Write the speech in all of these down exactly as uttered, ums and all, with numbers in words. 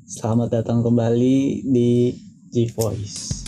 Selamat datang kembali di G-Voice.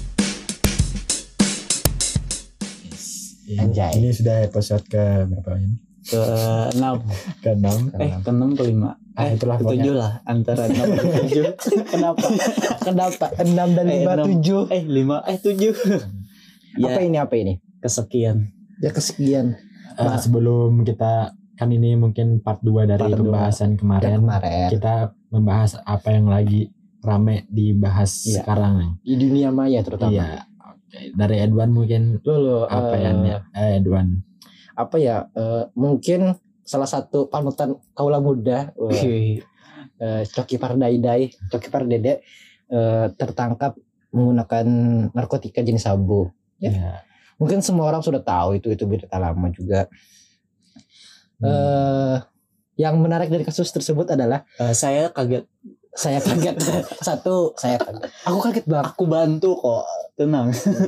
Yes. Anjay. Ini sudah episode ke berapa ini? Ke enam. Ke enam. Eh, ke enam ke lima. Ah, eh, itulah ke tujuh lah. Antara enam dan tujuh. Kenapa? Kenapa? enam dan lima, tujuh. Eh, lima, eh, tujuh. Apa ini, apa ini? Kesekian. Ya, kesekian. Uh, sebelum kita, kan ini mungkin part dua dari part pembahasan dua. Kemarin. Ya, kemarin. Kita membahas apa yang lagi rame dibahas ya. Sekarang. Di dunia maya terutama. Iya. Oke. Dari Edwan mungkin. Loh, apa uh, ya? Eh, Edwan. Apa ya? Uh, mungkin salah satu panutan kaula muda. Uh, uh, Coki Pardaidai. Coki Pardede. Uh, tertangkap menggunakan narkotika jenis sabu. Ya. Ya. Mungkin semua orang sudah tahu itu. Itu berita lama juga. Hmm. Uh, yang menarik dari kasus tersebut adalah uh, saya kaget, saya kaget satu, saya kaget. Aku kaget banget. Aku bantu kok, tenang.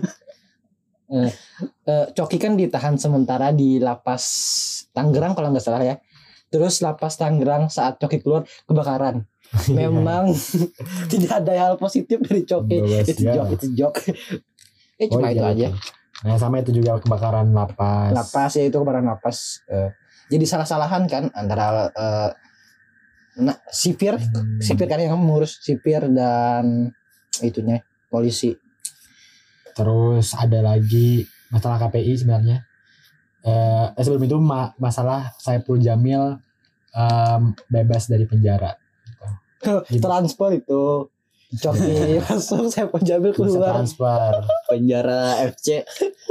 uh, uh, Coki kan ditahan sementara di lapas Tangerang kalau nggak salah ya. Terus lapas Tangerang saat Coki keluar kebakaran. Memang tidak ada hal positif dari Coki. Itu joke, itu joke. Eh cuma oh, itu iya, aja. Nah sama itu juga kebakaran lapas. Lapas ya itu kebakaran lapas. Uh, Jadi salah-salahan kan antara uh, nah, sipir, hmm. sipir kan yang mengurus sipir dan itunya polisi. Terus ada lagi masalah K P I sebenarnya. Uh, eh, sebelum itu ma- masalah Saipul Jamil um, bebas dari penjara. Gitu. Transfer itu. Coki masuk Saipul Jamil keluar. Transfer. Penjara F C.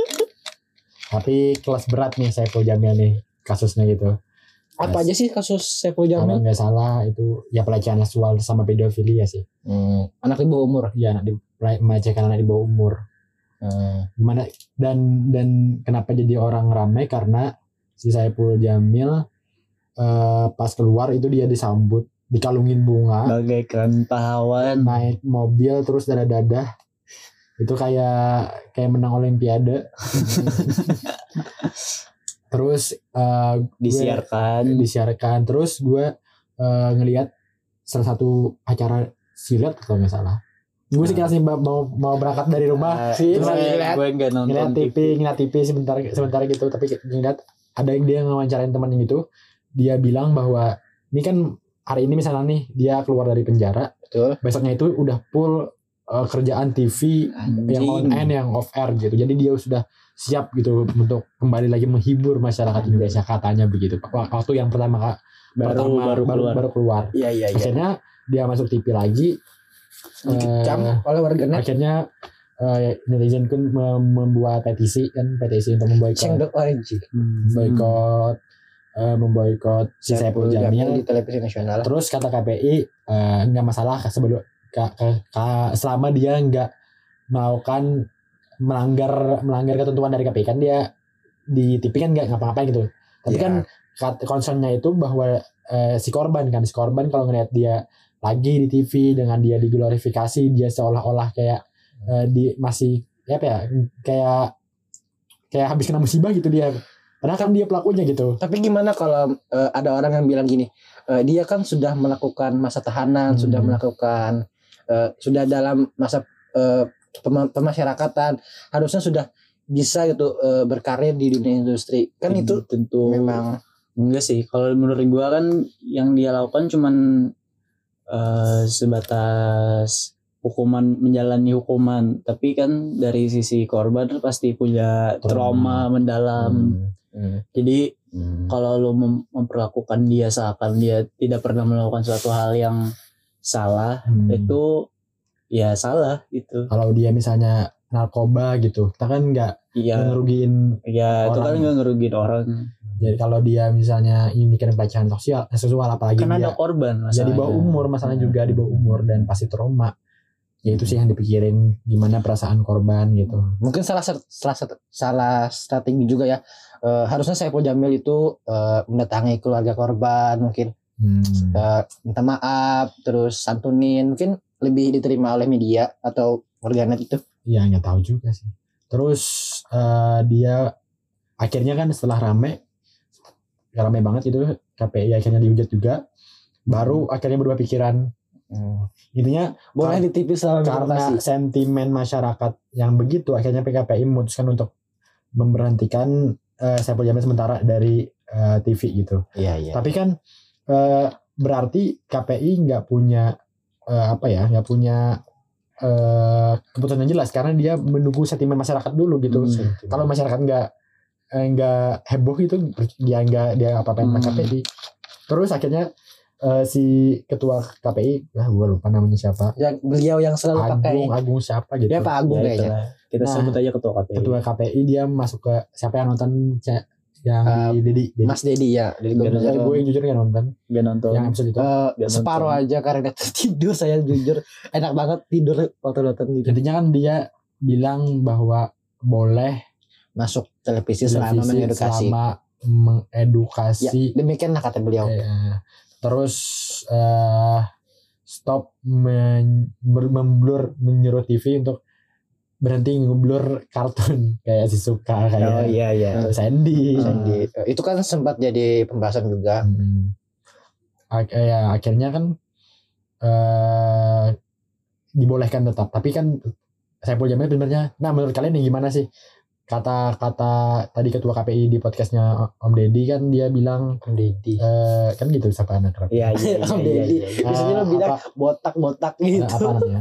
Tapi kelas berat nih Saipul Jamil nih. Kasusnya gitu. Apa Mas, aja sih kasus Saipul Jamil? Kalau nggak salah itu ya pelecehan seksual sama pedofilia sih. Hmm. Anak di bawah umur. Ya anak di melecehkan anak di bawah umur. Hmm. Gimana dan dan kenapa jadi orang ramai karena si Saipul Jamil uh, pas keluar itu dia disambut dikalungin bunga. Bagaikan pahlawan. Naik mobil terus dadah-dadah. Itu kayak kayak menang olimpiade. Terus uh, disiarkan gue, disiarkan terus gue uh, ngelihat salah satu acara silat kalau nggak salah. Gue sih kasih mau mau berangkat dari rumah uh, sih ngeliat gue nggak nonton T V ngeliat T V sebentar sebentar gitu tapi ngeliat ada yang dia ngawancarain temannya gitu. Dia bilang bahwa ini kan hari ini misalnya nih dia keluar dari penjara. Betul. Besoknya itu udah full uh, kerjaan T V Anjing. Yang on air yang off air gitu. Jadi dia sudah siap gitu untuk kembali lagi menghibur masyarakat Indonesia katanya begitu. Waktu yang pertama kak baru pertama, baru keluar. baru keluar. Iya iya. Akhirnya dia masuk T V lagi. Dikecam uh, oleh warganet. Akhirnya uh, netizen pun membuat petisi kan petisi untuk memboikot. Hmm, memboikot uh, memboikot si Saipul Jamil di televisi nasional. Terus kata K P I uh, nggak masalah sebelum ka, ka, ka, selama dia nggak melakukan melanggar melanggar ketentuan dari K P I kan dia di T V kan nggak ngapa-ngapain gitu. Tapi yeah. kan concernnya itu bahwa eh, si korban kan si korban kalau ngeliat dia lagi di T V dengan dia diglorifikasi dia seolah-olah kayak eh, di masih ya apa ya kayak kayak habis kena musibah gitu dia. Padahal kan dia pelakunya gitu. Tapi gimana kalau eh, ada orang yang bilang gini, eh, dia kan sudah melakukan masa tahanan, hmm. sudah melakukan eh, sudah dalam masa eh, pemasyarakatan harusnya sudah bisa gitu e, berkarir di dunia industri kan. Tentu, itu tentu memang enggak sih kalau menurut gua kan yang dia lakukan cuman e, sebatas hukuman menjalani hukuman tapi kan dari sisi korban pasti punya trauma, trauma mendalam hmm. Hmm. Jadi hmm. kalau lu mem- memperlakukan dia seakan dia tidak pernah melakukan suatu hal yang salah hmm. itu ya salah itu. Kalau dia misalnya narkoba gitu, kita kan nggak ya, ngerugiin ya orang. Itu kan nggak ngerugiin orang. Jadi kalau dia misalnya ini kan pelecehan sosial, seksual apalagi kan dia ada korban masalahnya. Jadi di bawah umur masalahnya juga di bawah umur dan pasti trauma. Ya itu sih yang dipikirin gimana perasaan korban gitu. Mungkin salah salah salah strategi juga ya. E, harusnya Saipul Jamil itu e, mendatangi keluarga korban mungkin hmm. e, minta maaf terus santunin mungkin lebih diterima oleh media atau warganet itu. Iya nggak tahu juga sih. Terus uh, dia akhirnya kan setelah rame, rame banget itu K P I akhirnya dihujat juga. Baru akhirnya berubah pikiran. Hmm. Intinya boleh di T V selama karena sentimen masyarakat yang begitu, akhirnya P K P I memutuskan untuk memberhentikan uh, Saipul Jamil sementara dari uh, T V gitu. Iya, iya. Tapi kan uh, berarti K P I nggak punya uh, apa ya, nggak punya uh, keputusan yang jelas karena dia menunggu sentimen masyarakat dulu gitu. Hmm. Kalau masyarakat nggak nggak heboh gitu, dia nggak dia apa-apain hmm. K P I. Terus akhirnya Uh, si ketua K P I, lah gue lupa namanya siapa. Yang beliau yang selalu Agung, pakai. Agung siapa gitu. Ya Pak Agung ya, kayaknya. Kita nah, sebut aja ketua K P I. Ketua K P I dia masuk ke siapa yang nonton yang uh, di Dedi, Dedi. Mas Dedi ya. Dedi gue yang jujur nggak nonton. Gak nonton. Yang episode itu. Uh, separuh nonton. Aja karena tidur saya jujur. Enak banget tidur waktu nonton gitu. Intinya kan dia bilang bahwa boleh masuk televisi, televisi selama mengedukasi. Selama mengedukasi. Ya, demikianlah kata beliau. Eh, Terus uh, stop men, memblur menyuruh T V untuk berhenti ngeblur kartun kayak si Suka kayak oh, iya, iya. Sandy. Sandy. Uh, itu kan sempat jadi pembahasan juga. Hmm. Ak- ya, akhirnya kan uh, dibolehkan tetap. Tapi kan Saipul Jamil sebenarnya. Nah menurut kalian nih gimana sih? Kata-kata tadi ketua K P I di podcastnya Om Deddy kan dia bilang Om Deddy uh, kan gitu siapa anak rap. Iya iya Om Deddy. Biasanya lo bilang botak-botak gitu. Uh, apa namanya?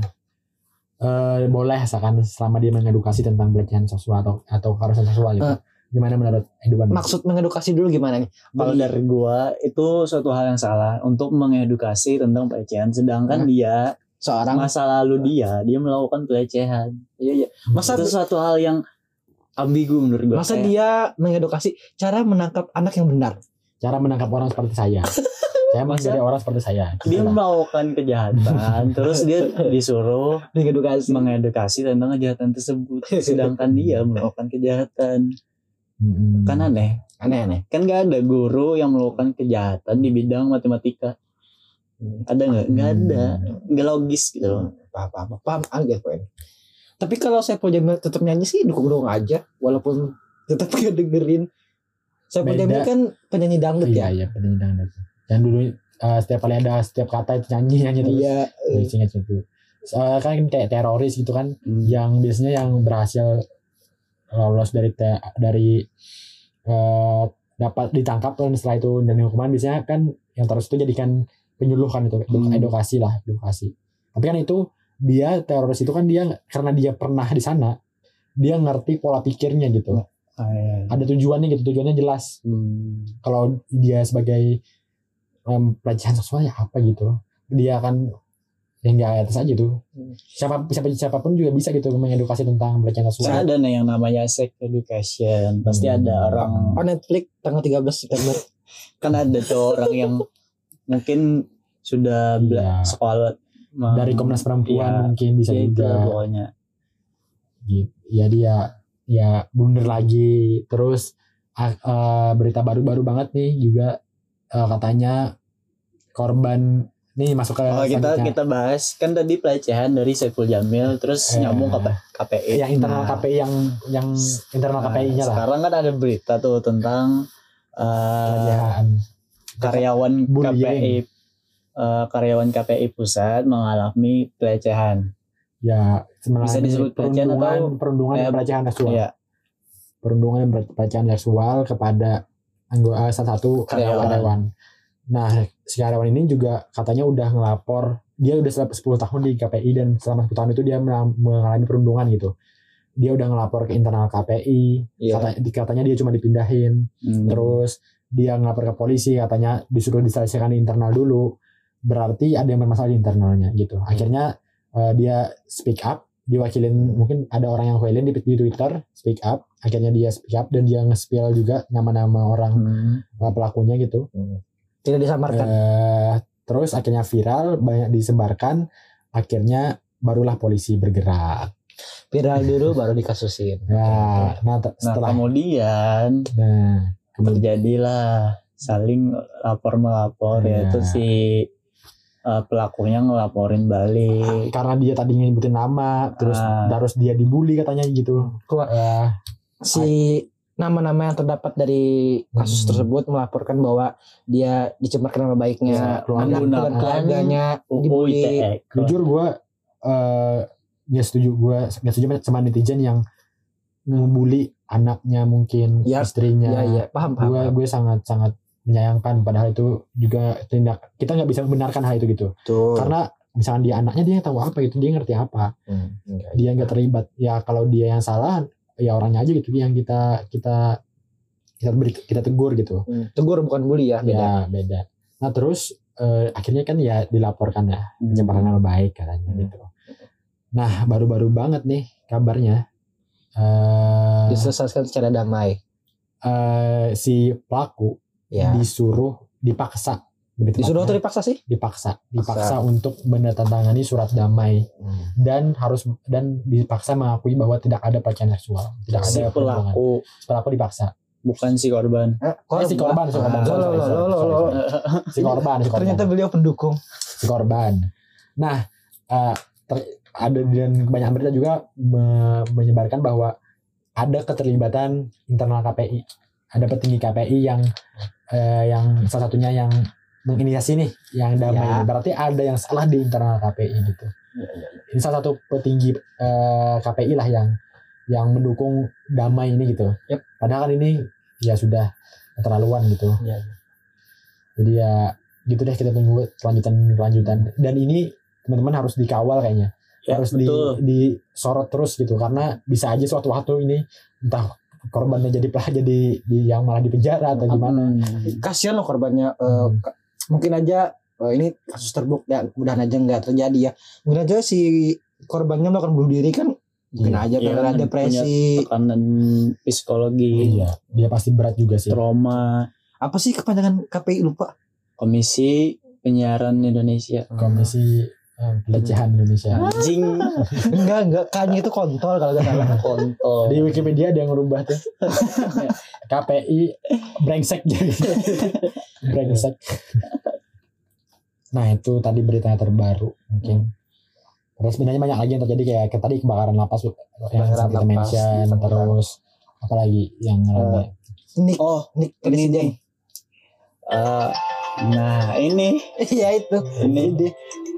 Uh, boleh misalkan selama dia mengedukasi tentang pelecehan seksual atau atau kekerasan seksual gitu. Uh, gimana menurut Edwan? Maksud mengedukasi dulu gimana nih? Kalau dari gua itu suatu hal yang salah untuk mengedukasi tentang pelecehan, sedangkan hmm. dia seorang masa lalu dia dia melakukan pelecehan. Iya iya. Masa itu suatu hal yang ambigu menurut gue. Masa kayak dia mengedukasi cara menangkap anak yang benar, cara menangkap orang seperti saya. Saya menjadi orang seperti saya. Dia gitu melakukan kejahatan, terus dia disuruh mengedukasi mengedukasi tentang kejahatan tersebut, sedangkan dia melakukan kejahatan. Hmm. Kan aneh, aneh-aneh. Kan nggak ada guru yang melakukan kejahatan di bidang matematika. Ada nggak? Nggak hmm. ada, nggak logis gitu loh. Apa-apa, paham agak poin. Tapi kalau Saipul Jamil tetap nyanyi sih dukung-dukung aja, walaupun tetap gak dengerin. Saipul Jamil kan penyanyi dangdut iya, ya. Iya, penyanyi dangdut. Yang dulu uh, setiap kali ada setiap kata itu nyanyi nyanyi terus. Iya. Ingat itu. Uh, kan kayak teroris gitu kan, hmm. yang biasanya yang berhasil lolos dari te, dari uh, dapat ditangkap dan setelah itu dan hukuman biasanya kan yang terus itu jadikan penyuluh kan itu hmm. edukasi lah edukasi. Tapi kan itu dia teroris itu kan dia karena dia pernah di sana dia ngerti pola pikirnya gitu. Ah, iya, iya. Ada tujuannya gitu, tujuannya jelas. Hmm. Kalau dia sebagai um, pelecehan seksual ya apa gitu, dia akan yang nggak atas aja tuh. Siapa siapa siapapun juga bisa gitu mengedukasi tentang pelecehan seksual. Ada nih yang namanya sex education, pasti hmm. ada orang. Oh, Netflix tanggal tiga belas September. Kan ada tuh orang yang mungkin sudah ya. sekolah dari Komnas Perempuan ya, mungkin bisa ya juga pokoknya gitu. Ya dia ya blunder lagi terus uh, uh, berita baru-baru banget nih juga uh, katanya korban nih masuk ke oh, kita kita bahas kan tadi pelecehan dari Saipul Jamil terus eh, nyambung ke K P I yang internal nah, K P I yang yang internal nah, K P I-nya lah. Sekarang kan ada berita tuh tentang uh, karyawan bullying. K P I Uh, karyawan K P I pusat mengalami pelecehan. Ya, bisa disebut pelecehan atau perundungan eh, pelecehan seksual. Iya. Perundungan pelecehan seksual kepada anggota salah satu karyawan. karyawan. Nah, si karyawan ini juga katanya udah ngelapor, dia udah selama sepuluh tahun di K P I dan selama sepuluh tahun itu dia mengalami perundungan gitu. Dia udah ngelapor ke internal K P I, iya. Kata, katanya dia cuma dipindahin. Hmm. Terus dia ngelapor ke polisi, katanya disuruh diselesaikan di internal dulu. Berarti ada yang bermasalah di internalnya gitu. Akhirnya uh, dia speak up, diwakilin mungkin ada orang yang wakilin di, di Twitter speak up. Akhirnya dia speak up dan dia nge-spill juga nama-nama orang hmm. pelakunya gitu. Hmm. Tidak disamarkan. Uh, terus akhirnya viral, banyak disebarkan. Akhirnya barulah polisi bergerak. Viral dulu baru dikasusin. Nah, nah, t- setelah nah kemudian nah, terjadilah saling lapor melapor ya. Yaitu si Uh, pelakunya ngelaporin balik karena dia tadi nyebutin nama terus uh, terus dia dibully katanya gitu. Uh, si nama-nama yang terdapat dari kasus hmm. tersebut melaporkan bahwa dia dicemarkan nama baiknya, anak dan keluarganya dibully. Jujur gue uh, nggak setuju gue nggak setuju sama netizen yang membuli anaknya mungkin ya, istrinya. Ya, ya. Paham paham. Gue gue sangat sangat menyayangkan, padahal itu juga tindak kita nggak bisa membenarkan hal itu gitu. Tuh. Karena misalnya dia anaknya dia tahu apa itu, dia ngerti apa, hmm, enggak, dia nggak terlibat. Ya kalau dia yang salah ya orangnya aja gitu yang kita kita kita beri kita tegur gitu. Hmm. Tegur bukan bully ya. Beda. Ya beda. Nah terus eh, akhirnya kan ya dilaporkan ya pencemaran nama baik katanya hmm. gitu. Nah baru-baru banget nih kabarnya eh, diselesaikan secara damai. Eh, si pelaku ya. disuruh dipaksa. Disuruh atau dipaksa sih? Dipaksa, dipaksa Paksa. untuk menandatangani surat damai hmm. dan harus dan dipaksa mengakui bahwa tidak ada pelecehan seksual, tidak si ada pelaku. Pelaku dipaksa, bukan si korban. Eh, korban. Eh, si korban, si korban, ah, lo, lo, lo, lo, lo. si korban, si korban. Ternyata beliau pendukung. Si korban. Nah, uh, ter, ada dan kebanyakan berita juga me, menyebarkan bahwa ada keterlibatan internal K P I, ada petinggi K P I yang uh, yang salah satunya yang menginisiasi nih yang damai ya. Berarti ada yang salah di internal K P I gitu. Ya, ya, ya. Ini salah satu petinggi uh, K P I lah yang yang mendukung damai ini gitu. Yep. Padahal kan ini ya sudah keterlaluan gitu. Ya, ya. Jadi ya gitu deh, kita tunggu kelanjutan kelanjutan. Dan ini teman-teman harus dikawal kayaknya. Ya, harus di, disorot terus gitu karena bisa aja suatu waktu ini entah korbannya jadi pelah jadi di yang malah di penjara atau gimana. Kasihan loh korbannya. Hmm. Uh, mungkin aja uh, ini kasus terbuk ya, mudah-mudahan aja nggak terjadi ya. Mungkin aja si korbannya melakukan bunuh diri kan, mungkin yeah, aja karena yeah, depresi, tekanan psikologi. Iya, dia pasti berat juga sih. Trauma. Apa sih kepanjangan K P I lupa? Komisi Penyiaran Indonesia. Komisi um, Pelecehan Indonesia. Anjing. enggak enggak, kayaknya itu kontol kalau nggak salah. Kontol. Di Wikipedia ada yang ngerubah tuh. K P I brengsek jadi. Brengsek. Nah itu tadi beritanya terbaru mungkin. Terus sebenarnya banyak lagi yang terjadi kayak, kayak tadi kebakaran lapas yang kita mention, terus apalagi yang uh, Nick, oh Nick ini deh. Uh, nah ini ya itu ini deh.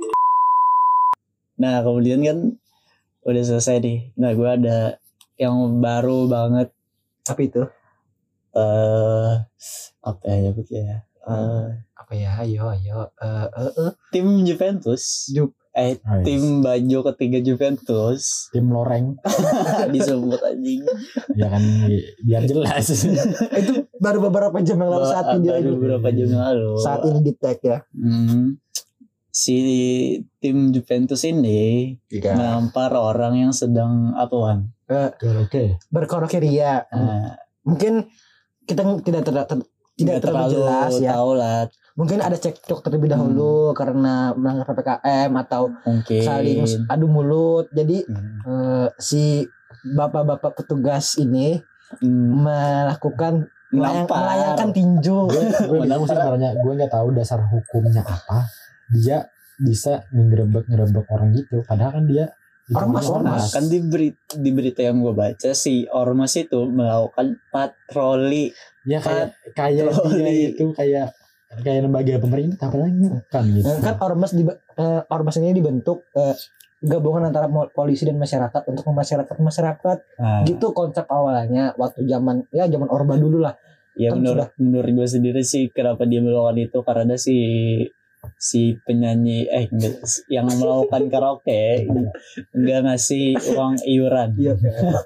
Nah kemudian kan udah selesai nih. Nah gue ada yang baru banget. Apa itu? Eh uh, apa ya ya? Uh, apa ya? Ayo ayo. Uh, uh, uh. Tim Juventus. Jup. Eh oh, yes. Tim baju ketiga Juventus. Tim loreng. Disebut anjing. Ya kan biar jelas. Itu baru beberapa jam yang lalu saat video ini. Baru beberapa jam yang lalu. Saat ini di tag ya. Hmm. Si tim Juventus ini yeah. menampar orang yang sedang apaan? Uh, Oke. Berkorokeria. Uh, Mungkin kita tidak ter, ter, tidak terlalu jelas ya. Tahu lah. Mungkin ada cekcok terlebih dahulu hmm. karena melanggar P P K M atau mungkin saling adu mulut. Jadi hmm. uh, si bapak-bapak petugas ini hmm. melakukan melayang, melayangkan tinju. Gue bingung sih sebenarnya. Gue nggak tahu dasar hukumnya apa. Dia bisa ngerebek-ngerebek orang gitu. Padahal kan dia ormas, ormas. Kan di berita, di berita yang gue baca si ormas itu melakukan patroli. Ya kayak kayak dia itu kayak kayak lembaga pemerintah apa lagi kan gitu. Kan ormas di uh, ormas ini dibentuk uh, gabungan antara polisi dan masyarakat untuk memasyarakat masyarakat. Ah. Gitu konsep awalnya waktu zaman ya zaman Orba dulu lah. Ya kan menurut sudah. menurut gue sendiri sih kenapa dia melakukan itu karena si si penyanyi eh enggak, yang melakukan karaoke enggak ngasih uang iuran. Iya.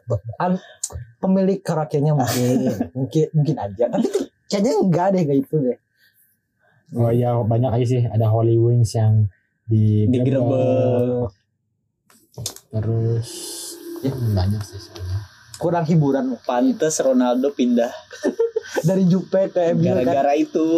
Pemilik karaoke-nya mungkin mungkin mungkin aja. Tapi kayaknya enggak deh kayak itu deh. Oh iya banyak lagi sih, ada Holy Wings yang digerebek. Terus ya banyak sih sebenarnya. Kurang hiburan. Pantes Ronaldo pindah dari Juve ke M U gara-gara kan? Itu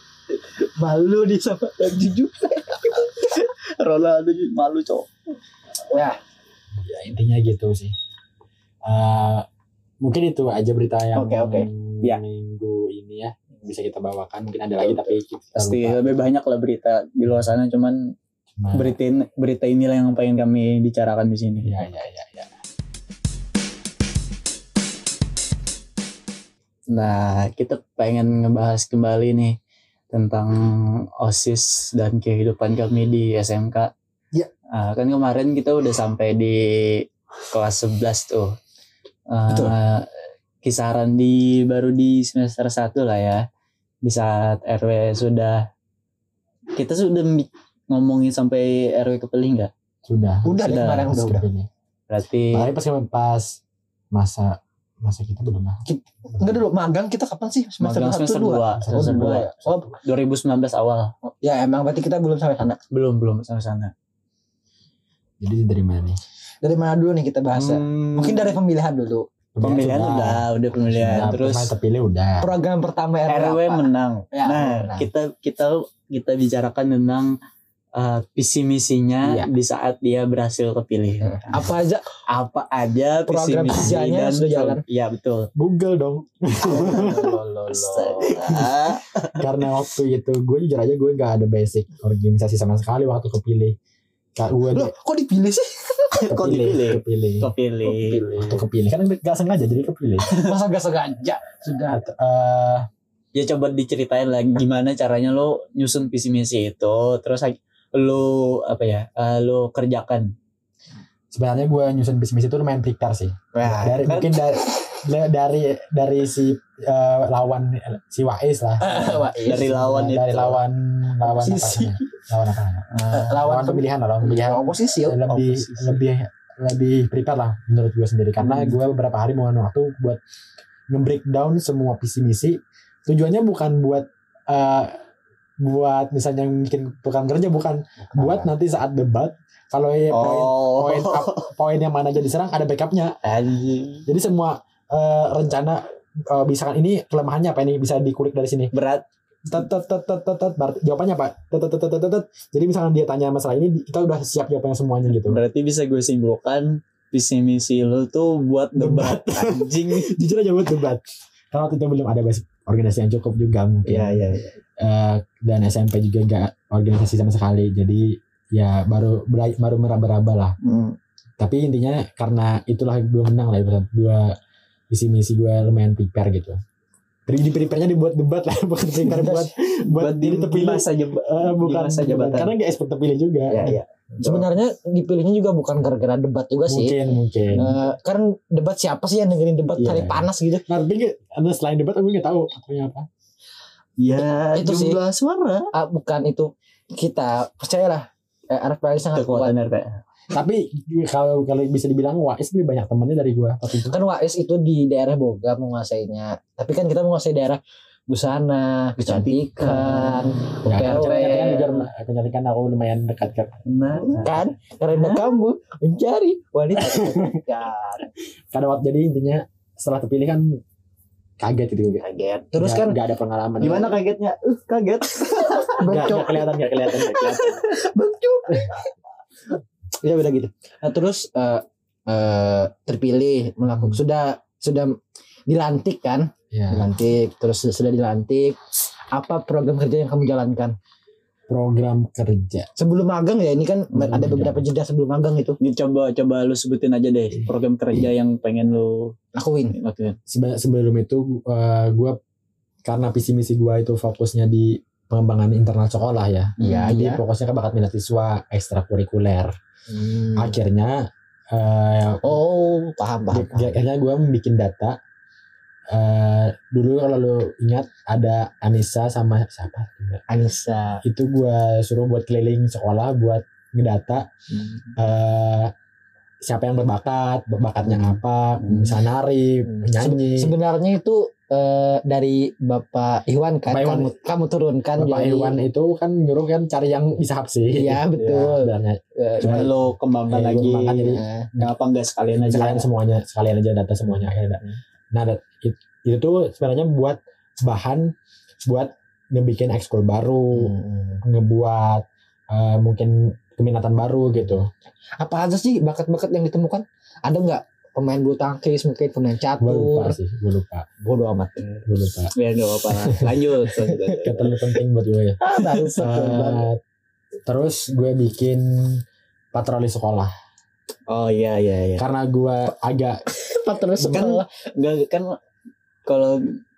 malu di sama di Juve. Ronaldo malu cowok. Ya. Ya intinya gitu sih. Uh, mungkin itu aja berita yang okay, okay. Ya. minggu ini ya bisa kita bawakan. Mungkin ada lagi tapi kita pasti lupa. Lebih banyak lah berita di luar sana, cuman Cuma, berita berita inilah yang pengen kami bicarakan di sini. Ya ya ya ya. Nah, kita pengen ngebahas kembali nih tentang OSIS dan kehidupan kami di S M K. Ya. Uh, kan kemarin kita udah sampai di kelas sebelas tuh. Uh, Betul. Kisaran di baru di semester satu lah ya. Di saat R W sudah kita sudah ngomongin sampai R W kepilih enggak? Sudah. Udah deh kemarin udah udah. Berarti Tapi pas pas masa masa kita belum lah. Enggak dulu magang kita kapan sih? Semester magang semester dua. Semester dua. Oh, dua ribu sembilan belas awal. ya emang berarti kita belum sampai sana. Belum belum sampai sana. Jadi dari mana nih? Dari mana dulu nih kita bahas? Hmm, Mungkin dari pemilihan dulu. pemilihan sudah. udah, udah pemilihan. Sudah, Terus pemain terpilih udah. Program pertama R W, R W apa? menang. Ya, nah, menang. kita kita kita bicarakan tentang uh, visi misinya Iya. di saat dia berhasil kepilih. Apa aja Apa aja visi program misi kerjanya dan sudah jalan? Iya betul. Google dong. Astaga. Karena waktu itu gue jujur aja gue gak ada basic organisasi sama sekali waktu kepilih. Kak gue Loh, kok dipilih sih? Kok dipilih? kepilih. Kepilih. Waktu kepilih kan gak sengaja jadi kepilih. Masa gak sengaja? Sudah. Eh Ya coba diceritain lagi gimana caranya lo nyusun visi misi itu, terus lo apa ya? Uh, lo kerjakan. sebenarnya gue nyusun visi misi itu lumayan prepare sih. Wah, Dari kan- mungkin dari dari dari si eh, lawan si Wais lah. dari lawan itu. dari lawan lawan apa Oposisi. namanya? Lawan apa namanya? Eh, Lawan lawan pemilihan lah, lawan pemilihan. oposisi ya. lebih oposisi. lebih lebih prepare lah menurut gue sendiri karena Hmm. gue beberapa hari mau waktu buat nge-breakdown semua visi misi. Tujuannya bukan buat eh, buat misalnya bikin program kerja, bukan buat nanti saat debat kalau ya poin Oh, poin up- poin yang mana aja diserang ada backupnya. anjing. Jadi semua eh, rencana eh, misalkan ini kelemahannya apa ini bisa dikulik dari sini. Berat. Tet, tet, tet, tet, tet, tet. Bar- jawabannya apa? Tet, tet, tet, tet, tet, tet. Jadi misalkan dia tanya masalah ini kita udah siap jawabannya semuanya gitu. Berarti bisa gue simpulkan visi misi lo tuh buat debat, anjing. Jujur aja buat debat. Karena waktu itu belum ada basic organisasi yang cukup juga mungkin. Iya iya. iya. Eh, dan S M P juga gak organisasi sama sekali. Jadi ya baru bela- baru meraba-raba lah. Hmm. Tapi intinya karena itulah gue menang lah ya. Dua visi misi gue lumayan prepare gitu. Jadi prepare-nya dibuat debat lah, bukan prepare buat buat diri terpilih. masa jeba- Eh, bukan masa jabatan. karena gak expert terpilih juga. Iya iya. Sebenarnya dipilihnya juga bukan gara-gara debat juga sih. Mungkin mungkin. Eh, kan debat siapa sih yang dengerin debat Iya. cari panas gitu? Nah, tapi nggak- ada selain debat aku nggak tahu artinya apa. Ya, Itu sih. jumlah suara. Ah, bukan itu kita percayalah eh, R P L sangat kuat. Kekuatan R P. Tapi kalau kalau bisa dibilang Wais lebih banyak temennya dari gua waktu itu. Kan Wais itu di daerah Bogor menguasainya. Tapi kan kita menguasai daerah busana, kecantikan, Ya, P kan, W. kecantikan juga kecantikan aku lumayan dekat ke. Nah, Kan karena kamu mencari wanita kecantikan. Pada waktu jadi intinya setelah terpilih kan kaget gitu gue. Kaget. Terus Nggak- kan nggak ada pengalaman. gimana kagetnya? Uh, kaget. Nggak nggak kelihatan nggak kelihatan nggak kelihatan. ya udah gitu. Nah, terus eh eh, terpilih melakukan sudah sudah dilantik kan? Ya, Dilantik terus sudah dilantik. Apa program kerja yang kamu jalankan program kerja. sebelum magang ya? Ini kan Sebelum ada magang. beberapa jeda sebelum magang itu Ini coba coba lu sebutin aja deh program kerja yang pengen lu lakuin. lakuin. Sebe- sebelum itu uh, gue karena visi misi gue itu fokusnya di pengembangan internal sekolah ya. Iya, Jadi iya. fokusnya ke bakat minat siswa ekstrakurikuler. Hmm. Akhirnya uh, Oh, paham paham. paham. akhirnya gue bikin data. Uh, dulu kalau lu ingat ada Anissa sama siapa? Anissa. Itu gue suruh buat keliling sekolah buat ngedata Hmm. uh, siapa yang berbakat, bakatnya apa, Hmm. bisa nari, nyanyi. Se- Sebenarnya itu eh, dari Bapak Iwan kan Bapak Iwan. kamu kamu turunkan Bapak jadi Iwan itu kan nyuruh kan cari yang bisa hapsi. Iya, betul. Ya, sebenarnya eh, Cuman lu kembangkan Eh, lagi. gua kembangkan jadi eh, Kenapa enggak sekalian aja? sekalian semuanya, sekalian aja data semuanya. Akhirnya. Nah, dat- it- itu tuh sebenarnya buat bahan buat ngebikin ekskul baru, hmm. ngebuat eh, mungkin keminatan baru gitu. Apa aja sih bakat-bakat yang ditemukan? Ada nggak pemain bulu tangkis, mungkin pemain Gue lupa catur? sih, gue lupa, Bodoh amat. gue lupa. Ya enggak apa-apa. Lanjut. lanjut, lanjut. Gak terlalu penting buat gue. ya. Ah, baru Eh, terus gue bikin patroli sekolah Oh iya iya iya. karena gue agak terus Kan enggak kan kalau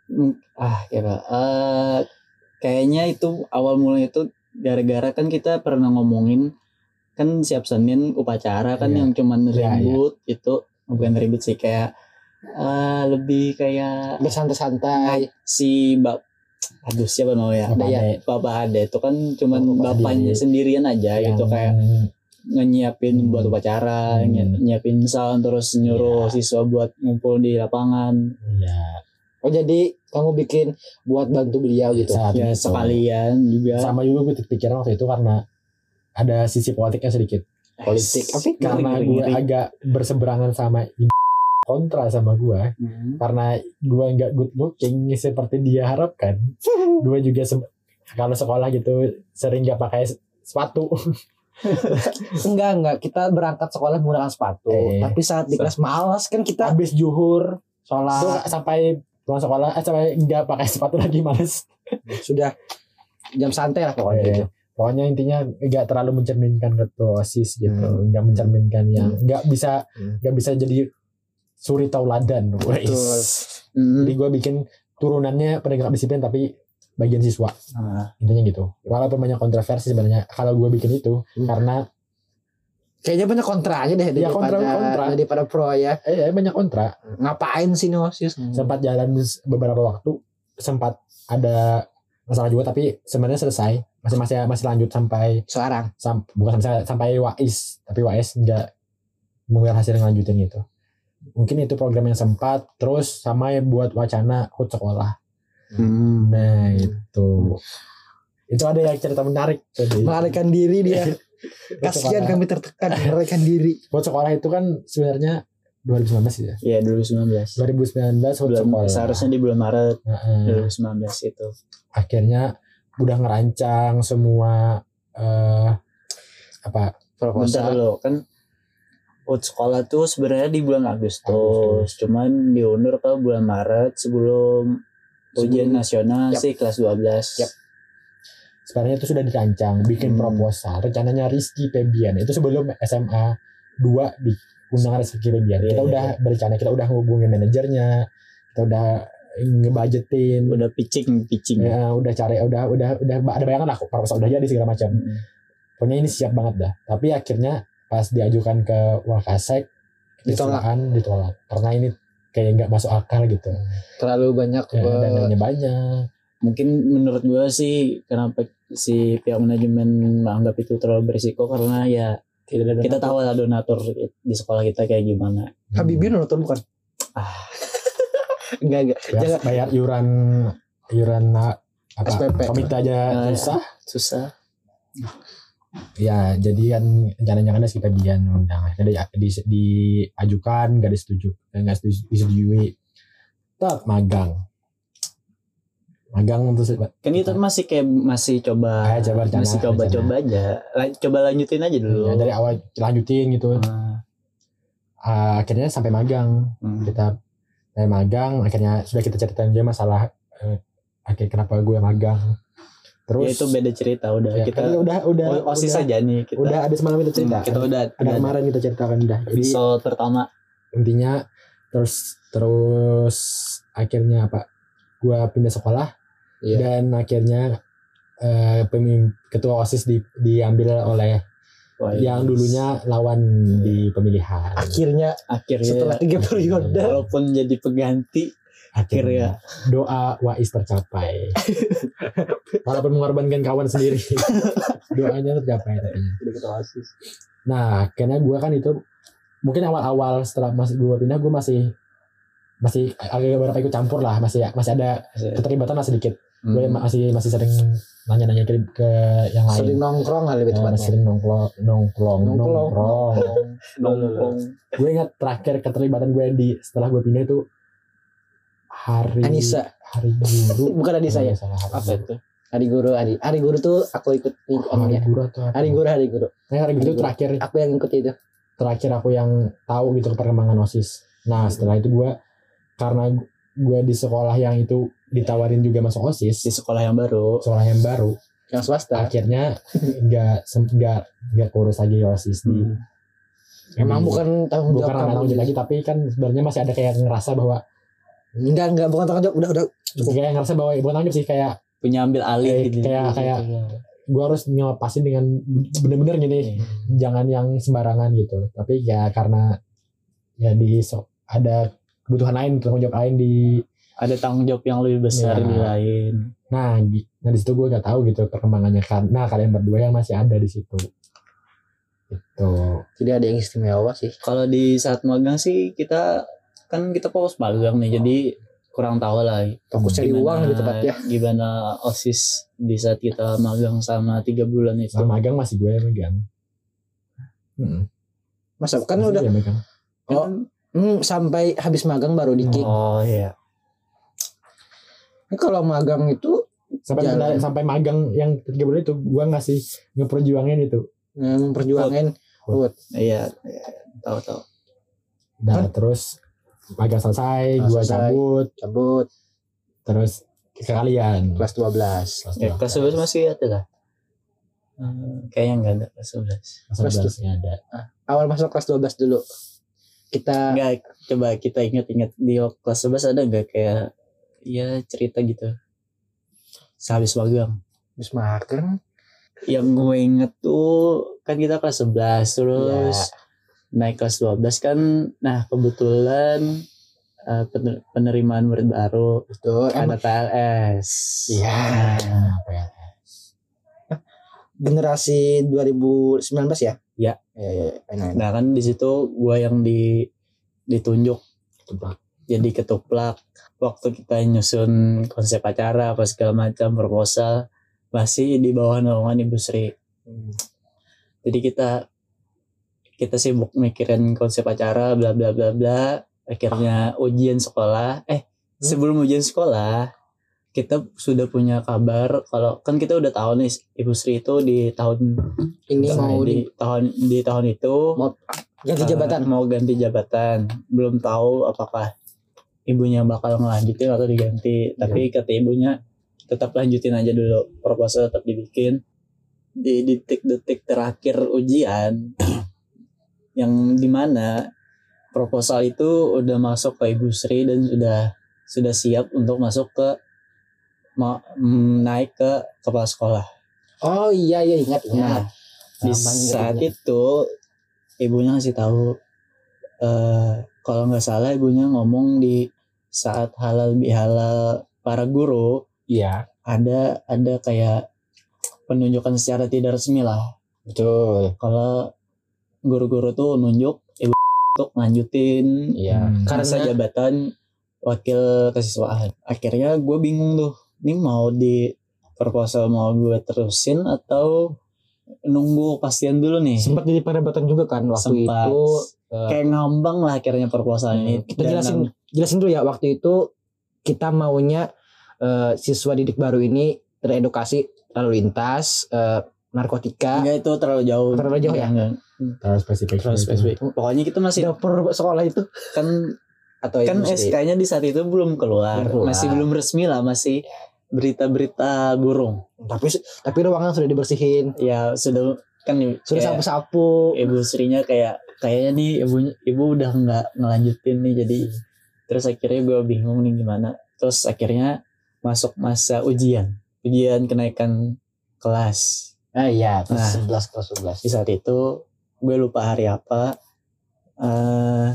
ah kira uh, kayaknya itu awal mulanya itu gara-gara kan kita pernah ngomongin kan siap Senin upacara kan yeah. yang cuman ribut yeah, yeah. itu bukan ribut sih kayak uh, lebih kayak bersantai-santai si bab aduh siapa mau ya Bapak ya Bapak Ade itu kan cuman Bapak bapaknya Ade. Sendirian aja yang gitu kayak nyiapin hmm. buat upacara, hmm. nyiapin sound terus nyuruh yeah. siswa buat ngumpul di lapangan. Yeah. Oh jadi kamu bikin buat bantu beliau gitu? Saat ya itu. Sekalian juga. Sama juga gue pikiran waktu itu karena ada sisi politiknya sedikit. Politik. Tapi karena ngeri, gue ngeri. agak berseberangan sama kontra sama gue, hmm. karena gue nggak good looking seperti dia harapkan. Gue juga se- kalau sekolah gitu sering nggak pakai sepatu. enggak enggak kita berangkat sekolah menggunakan sepatu eh, tapi saat di kelas malas kan kita habis zuhur sholat sampai pulang sekolah eh, sampai enggak pakai sepatu lagi malas sudah jam santai lah pokoknya eh, gitu. Pokoknya intinya enggak terlalu mencerminkan ketua OSIS gitu hmm. enggak mencerminkan yang enggak hmm. bisa enggak hmm. bisa jadi suri tauladan betul. Hmm. Jadi gue bikin turunannya penegak disiplin tapi bagian siswa ah. intinya gitu walaupun banyak kontroversi sebenarnya kalau gue bikin itu hmm. karena kayaknya banyak kontra aja deh ya, kontra, kontra. daripada pro ya eh banyak kontra ngapain sih nosis hmm. sempat jalan beberapa waktu sempat ada masalah juga tapi sebenarnya selesai masih masih masih lanjut sampai sekarang sam, bukan sampai sampai Wais tapi Wais nggak mengambil hasil lanjutin itu mungkin itu program yang sempat terus sama ya buat wacana hut sekolah. Hmm. Nah itu itu ada yang cerita menarik melarikan diri dia kasihan kami tertekan melarikan diri buat sekolah itu kan sebenarnya dua ribu sembilan belas ya iya dua ribu sembilan belas dua ribu sembilan belas bulan, sekolah seharusnya di bulan Maret uh-huh. dua ribu sembilan belas itu akhirnya udah ngerancang semua uh, apa proposal lo kan ut sekolah tuh sebenarnya di bulan Agustus, Agustus. Cuman diundur ke bulan Maret sebelum ujian nasional yep. sih kelas dua belas. Yep. Sebenarnya itu sudah dirancang, bikin hmm. proposal. Rencananya Rizky Febian itu sebelum S M A dua di undangan Rizky Febian. Yeah, kita yeah, udah yeah. berencana, kita udah hubungin manajernya, kita udah ngebudgetin, udah pitching, pitching. Ya, udah cari, udah udah udah ada bayangan lah proposal udah jadi segala macam. Hmm. Pokoknya ini siap banget dah. Tapi akhirnya pas diajukan ke Wakasek ditolak, ditolak. Karena ini kayak nggak masuk akal gitu, terlalu banyak ya, be- dananya banyak. Mungkin menurut gue sih kenapa si pihak manajemen menganggap itu terlalu berisiko karena ya tidak ada kita tahu lah donatur di sekolah kita kayak gimana. hmm. Habibie donatur bukan? Ah, enggak enggak. Jangan bayar iuran iuran apa? S P P. Komite aja susah. Susah. Ya jadi kan jangan-jangan ada sekitar bian undangan di, di, diajukan nggak disetujui nggak disetujui tetap magang magang terus kan kita masih kayak masih coba eh, coba rencana, masih coba-coba aja coba lanjutin aja dulu ya, dari awal lanjutin gitu hmm. uh, akhirnya sampai magang hmm. kita sampai magang akhirnya sudah kita ceritain dia masalah uh, akhirnya kenapa gue magang. Terus ya itu beda cerita udah ya, kita udah udah OSIS udah, aja nih kita. Udah ada semalam kita cerita. Hmm, kita udah ada udah, kemarin kita ceritakan udah. Jadi episode pertama intinya terus terus akhirnya apa? Gua pindah sekolah yeah. dan akhirnya uh, pemimpin ketua OSIS di, diambil oleh Wah, yang dulunya lawan di pemilihan. Akhirnya akhirnya setelah tiga periode walaupun jadi pengganti akhirnya doa Wais tercapai. Walaupun mengorbankan kawan sendiri, doanya tercapai katanya. Nah, akhirnya gue kan itu mungkin awal-awal setelah masih gue pindah gue masih masih agak beberapa ikut campur lah, masih masih ada keterlibatan masih sedikit. Hmm. Gue masih masih sering nanya-nanya ke, ke yang lain. Sering nongkrong kali lebih tepatnya. Sering nongkrong, nongkrong, nongkrong, nongkrong. nongkrong. Gue ingat terakhir keterlibatan gue di setelah gue pindah itu hari Anissa hari guru bukan Anissa ya apa itu hari guru hari hari guru tuh aku ikut hari guru atau hari guru hari guru nah, hari guru itu terakhir aku yang ikut itu terakhir aku yang tahu gitu perkembangan OSIS. Nah setelah itu gue karena gue di sekolah yang itu ditawarin juga masuk OSIS di sekolah yang baru sekolah yang baru yang swasta akhirnya nggak nggak nggak kurus lagi OSIS di hmm. emang di, bukan tanggung jawab bukan tanggung jawab lagi tapi kan sebenarnya masih ada kayak ngerasa bahwa Enggak enggak bukan tanggung jawab, udah udah cukup. Kayak ngerasa bahwa bukan tanggung jawab sih, kayak punya ambil alih kayak gitu. kayak, kayak gue harus ngelepasin dengan bener-bener gini, hmm. jangan yang sembarangan gitu. Tapi ya karena ya di so, ada kebutuhan lain, tanggung jawab lain di ada tanggung jawab yang lebih besar ya. Di lain. Nah, di, nah di situ gue gak tahu gitu perkembangannya. Karena kalian berdua yang masih ada di situ. Gitu. Jadi ada yang istimewa sih. Kalau di saat magang sih kita kan kita fokus magang nih, jadi kurang tahu lah. Fokus cari uang gitu tempat ya. Gimana OSIS di saat kita magang sama tiga bulan itu. Nah, magang masih gue yang megang. Hmm. Masa kan masih udah megang. Oh, hmm, sampai habis magang baru di kick. Oh iya. Ini kalau magang itu sampai jalan. Sampai magang yang tiga bulan itu gue ngasih ngeperjuangin itu. Memperjuangin. Food. Iya, iya, tahu tahu. Nah, kan? Terus magang selesai, gue cabut, cabut. Terus ke kalian kelas dua belas. Kelas, ya, kelas sebelas masih ada lah. Hmm, kayaknya enggak ada kelas sebelas. Kelas sebelas enggak ada. Ah, awal masuk kelas dua belas dulu. Kita enggak, coba kita ingat-ingat di kelas sebelas ada enggak kayak ya cerita gitu. Sehabis magang. Habis magang yang gue inget tuh kan kita kelas sebelas terus ya. Naik kelas dua belas kan, nah kebetulan uh, penerimaan murid baru itu ada P L S. Iya. Nah, P L S. Generasi dua ribu sembilan belas ya? Ya. Ya, ya, ya. Nah kan di situ gue yang di ditunjuk ketuplak. Jadi ketuplak waktu kita nyusun konsep acara apa segala macam proposal masih di bawah naungan Ibu Sri. Hmm. Jadi kita kita sibuk mikirin konsep acara bla bla bla bla. Akhirnya ujian sekolah. Eh hmm. sebelum ujian sekolah kita sudah punya kabar kalau kan kita udah tahu nih Ibu Sri itu di tahun ini mau di, di tahun di tahun itu mau ganti jabatan. Uh, mau ganti jabatan. Belum tahu apakah ibunya bakal ngelanjutin atau diganti. Hmm. Tapi kata ibunya tetap lanjutin aja dulu, proposal tetap dibikin. Di detik-detik terakhir ujian yang dimana proposal itu udah masuk ke Ibu Sri dan sudah sudah siap untuk masuk ke ma, naik ke kepala sekolah. Oh iya iya ingat ingat. Nah, di saat ingat. Itu ibunya ngasih tahu uh, kalau nggak salah ibunya ngomong di saat halal bihalal para guru. Iya, ada ada kayak penunjukan secara tidak resmi lah. Betul. Kalau guru-guru tuh nunjuk ibu untuk lanjutin iya. Hmm. Karena jabatan wakil kesiswaan. Akhirnya gue bingung tuh, ini mau di proposal mau gue terusin atau nunggu pastian dulu nih. Sempat jadi perdebatan juga kan waktu Sempat. itu. Uh, kayak ngambang lah akhirnya proposal ini. Kita jelasin jelasin dulu ya, waktu itu kita maunya Uh, siswa didik baru ini teredukasi lalu lintas, uh, narkotika. Enggak, itu terlalu jauh. Terlalu jauh ya? Enggak. Terlalu spesifik. Terlalu spesifik. Pokoknya kita masih dapur sekolah itu kan atau kan S K-nya di saat itu belum keluar. belum keluar. Masih belum resmi lah, masih berita-berita burung. Tapi tapi ruangan sudah dibersihin. Ya, sudah kan sudah sapu-sapu. Ibu Srinya kayak kayaknya nih ibu ibu udah enggak ngelanjutin nih, jadi terus akhirnya gue bingung nih gimana. Terus akhirnya masuk masa ujian, ujian kenaikan kelas. Ah iya, kelas nah, sebelas kelas sebelas. Di saat itu gue lupa hari apa. Uh,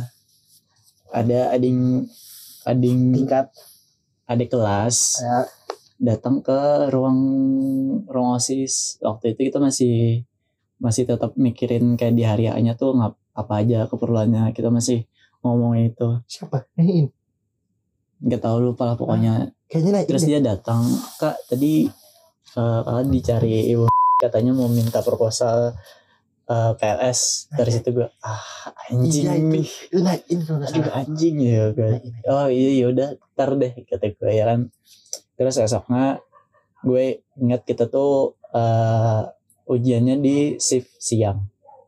ada ading ading tingkat adik kelas ya. Datang ke ruang ruang OSIS. Waktu itu kita masih masih tetap mikirin kayak di hari A-nya tuh ngap, apa aja keperluannya. Kita masih ngomongin itu. Siapa? Ini. Gak tahu lupa lah pokoknya. Kayaknya terus dia datang, Kak tadi uh, kalian dicari ibu katanya mau minta proposal uh, P L S. Dari situ gue ah anjing nih itu naikin kalau nggak salah anjing ya gue. Oh iya yaudah ntar deh kata gue ya kan. Terus esoknya gue ingat kita tuh uh, ujiannya di shift siang.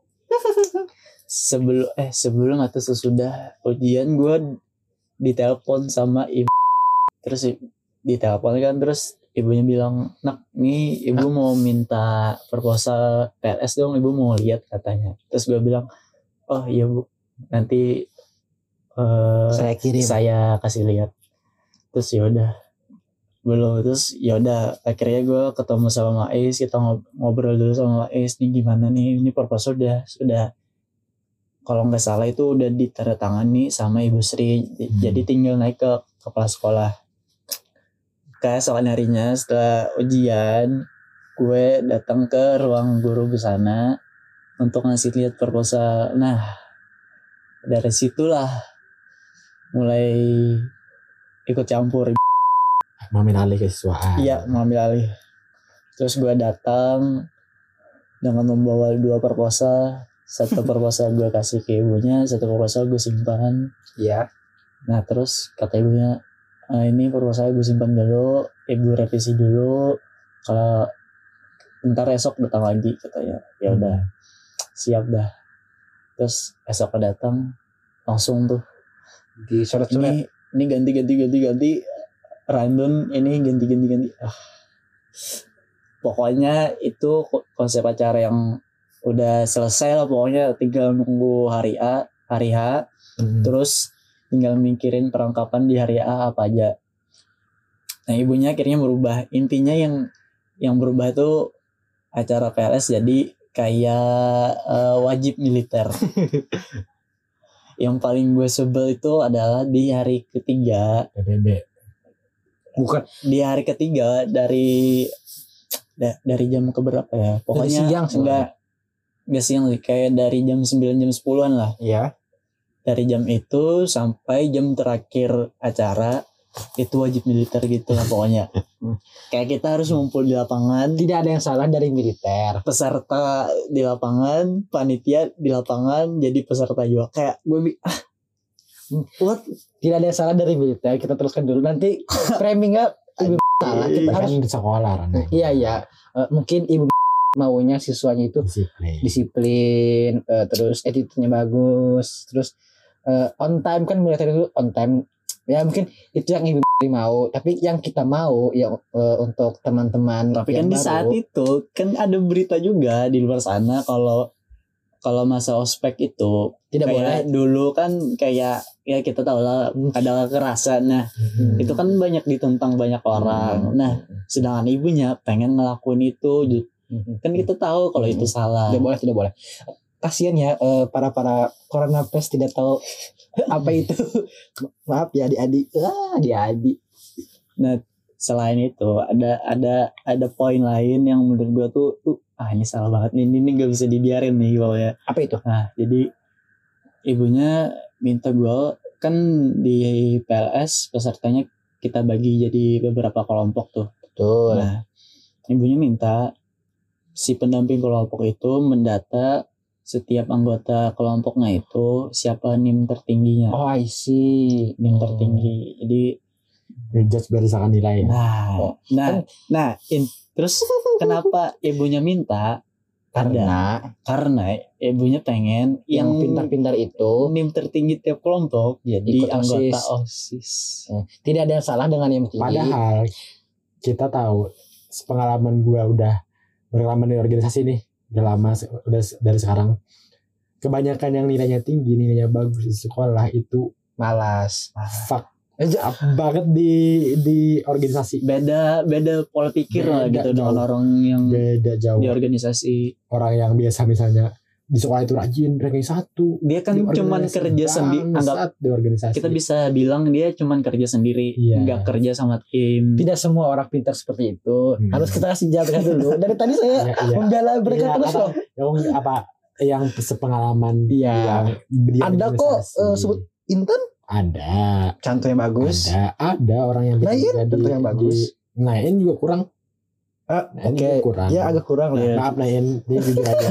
sebelum eh sebelum atau sesudah ujian gue ditelepon sama ibu. Terus ditelepon kan, terus ibunya bilang, nak nih ibu mau minta proposal P L S dong, ibu mau lihat katanya. Terus gue bilang, oh iya bu, nanti uh, saya kirim, saya kasih lihat. terus ya udah belum terus ya udah akhirnya gue ketemu sama Maiz, kita ngobrol dulu sama Maiz nih gimana nih ini proposal udah sudah kalau nggak salah itu udah ditandatangani sama Ibu Sri, hmm. jadi tinggal naik ke kepala sekolah. Keesokan harinya setelah ujian gue datang ke ruang guru besana untuk ngasih lihat proposal. Nah dari situlah mulai ikut campur, mengambil alih kesiswaan. Iya mengambil alih. Terus gue datang dengan membawa dua proposal. Satu proposal gue kasih ke ibunya, satu proposal gue simpan. Iya. Nah terus kata ibunya, e, ini proposal gue simpan dulu, ibu revisi dulu. Kalau ntar esok datang lagi katanya. Ya udah, hmm. siap dah. Terus esok datang langsung tuh di surat-surat. Ini, ini ganti ganti ganti ganti. Random ini ganti ganti ganti. Ah. Pokoknya itu konsep acara yang udah selesai lah, pokoknya tinggal nunggu hari A, hari H, hmm. terus tinggal mikirin perlengkapan di hari A apa aja. Nah ibunya akhirnya merubah, intinya yang yang berubah itu acara P L S jadi kayak uh, wajib militer. Yang paling gue sebel itu adalah di hari ketiga. P B B. Bukan di hari ketiga dari da, dari jam keberapa ya? Pokoknya siang enggak enggak siang sih, kayak dari jam sembilan jam sepuluhan lah. Iya. Dari jam itu sampai jam terakhir acara itu wajib militer gitu lah pokoknya. Kayak kita harus ngumpul di lapangan. Tidak ada yang salah dari militer. Peserta di lapangan, panitia di lapangan, jadi peserta juga. Kayak gue ah, what? Tidak ada yang salah dari militer. Kita teruskan dulu. Nanti framingnya ibu salah. Kita kan harus di sekolah. Iya iya. Uh, mungkin ibu maunya siswanya itu disiplin, disiplin uh, terus attitude-nya bagus, terus uh, on time kan militer itu on time. Ya mungkin itu yang ibu mau, tapi yang kita mau ya uh, untuk teman-teman. Tapi kan di baru, saat itu kan ada berita juga di luar sana kalau kalau masa ospek itu tidak boleh. Dulu kan kayak ya kita tahu lah ada kekerasan. Nah hmm. itu kan banyak ditentang banyak orang. Hmm. Nah sedangkan ibunya pengen ngelakuin itu, hmm. kan kita tahu kalau hmm. itu salah. Tidak boleh, tidak boleh. Kasian ya uh, para para corona pes tidak tahu apa itu. Maaf ya adik-adik. Ah, adik-adik. Nah, selain itu ada ada ada poin lain yang menurut gua tuh, tuh ah ini salah banget nih, ini nggak bisa dibiarin nih pokoknya. Apa itu? Nah, jadi ibunya minta gua kan di P L S pesertanya kita bagi jadi beberapa kelompok tuh. Betul. Nah, ibunya minta si pendamping kelompok itu mendata setiap anggota kelompoknya itu siapa N I M tertingginya. Oh, I see. N I M tertinggi. Jadi ngejudge berdasarkan nilai. Nah, oh. nah, nah, in, terus kenapa ibunya minta? Karena karena ibunya pengen yang, yang pintar-pintar itu N I M tertinggi tiap kelompok jadi anggota OSIS. Hmm. Tidak ada yang salah dengan yang tinggi. Padahal kita tahu pengalaman gua udah berpengalaman di organisasi nih. Udah lama, udah dari sekarang. Kebanyakan yang nilainya tinggi, nilainya bagus di sekolah itu malas. Fuck up banget di di organisasi. Beda beda pola pikir beda lah gitu jauh. Dengan orang yang beda jauh di organisasi. Orang yang biasa misalnya di sekolah itu rajin ranking satu. Dia kan cuman kerja sendiri. Anggap di organisasi. Kita bisa bilang dia cuman kerja sendiri, yeah. Nggak kerja sama tim. Tidak semua orang pintar seperti itu. Hmm. Harus kita kasih jawaban dulu. Dari tadi saya yeah, yeah. membela mereka yeah, terus loh. Yang apa yang sepengalaman yeah. yang ada kok uh, sebut Intan? Ada. Contoh yang bagus. Ada. Ada orang yang bisa jadi contoh yang bagus. Nain juga kurang. Ah, oke. Okay. Kurang. Ya agak kurang lah. Maaf Nain, dia jujur aja.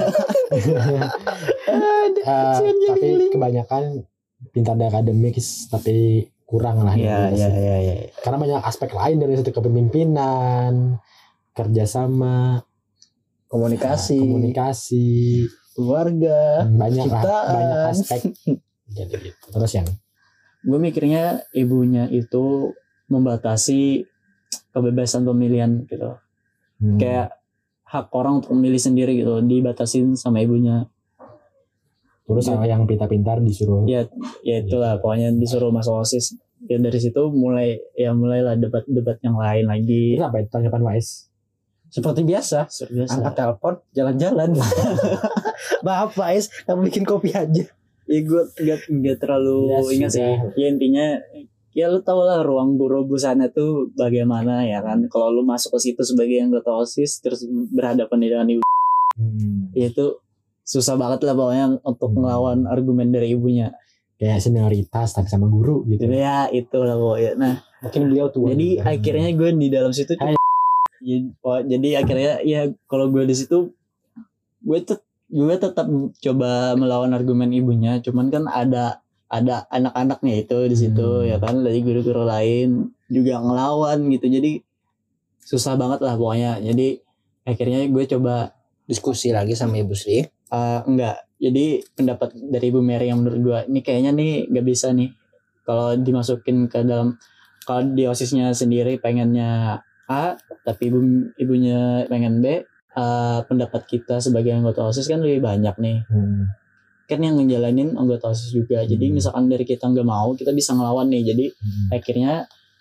uh, tapi kebanyakan pintar di akademik tapi kurang lah. Iya iya iya ya. Karena banyak aspek lain dari situ, kepemimpinan, kerjasama, komunikasi, uh, komunikasi, keluarga, banyak lah, banyak aspek. Jadi gitu. Terus yang gue mikirnya ibunya itu membatasi kebebasan pemilihan gitu. Hmm. Kayak hak orang untuk memilih sendiri gitu dibatasin sama ibunya. Terus sama yang pintar-pintar disuruh. Ya, ya itulah gitu. Pokoknya disuruh masuk OSIS. ya dari situ mulai ya mulailah debat-debat yang lain lagi. Itu apa itu tanggapan Wais? Seperti biasa, Seperti biasa. angkat telepon, jalan-jalan. Maaf Wais, kamu bikin kopi aja. Ya gue nggak nggak terlalu Ya, ingat sih. sudah. Ya intinya ya lu tau lah ruang guru busana tuh bagaimana ya kan. Kalau lu masuk ke situ sebagai anggota OSIS terus berhadapan dengan ibu, Hmm. ya itu susah banget lah pokoknya untuk Hmm. melawan argumen dari ibunya. Kayak senioritas tapi sama guru gitu. Ya itu lah pokoknya. Nah Mungkin beliau tua. jadi juga. akhirnya gue di dalam situ Hai. jadi, oh, jadi akhirnya ya kalau gue di situ gue tuh gue tetap coba melawan argumen ibunya, cuman kan ada ada anak-anaknya itu di situ Hmm. ya kan, dari guru-guru lain juga ngelawan gitu, jadi susah banget lah pokoknya. Jadi akhirnya gue coba diskusi lagi sama Ibu Sri. uh, enggak, jadi pendapat dari Ibu Mary yang menurut gue ini kayaknya nih nggak bisa nih kalau dimasukin ke dalam, kalau di OSISnya sendiri pengennya A tapi ibu ibunya pengen B. Uh, pendapat kita sebagai anggota OSIS kan lebih banyak nih, Hmm. kan yang ngejalanin anggota OSIS juga. Jadi Hmm. misalkan dari kita nggak mau, kita bisa ngelawan nih. Jadi Hmm. akhirnya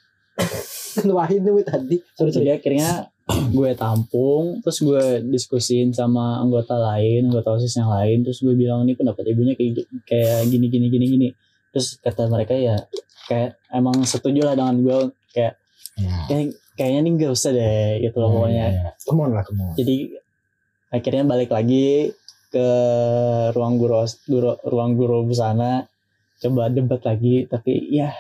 Wahid nih tadi. Sorry, sorry. jadi akhirnya gue tampung, terus gue diskusin sama anggota lain, anggota OSIS yang lain, terus gue bilang nih pendapat ibunya kayak gi- kayak gini gini gini gini. Terus kata mereka ya kayak emang setuju lah dengan gue, kayak Ya. kayak kayaknya nih nggak usah deh gitu loh pokoknya. Ya, ya. Come on lah, come on. Jadi akhirnya balik lagi ke ruang guru, guru ruang guru busana, coba debat lagi, tapi ya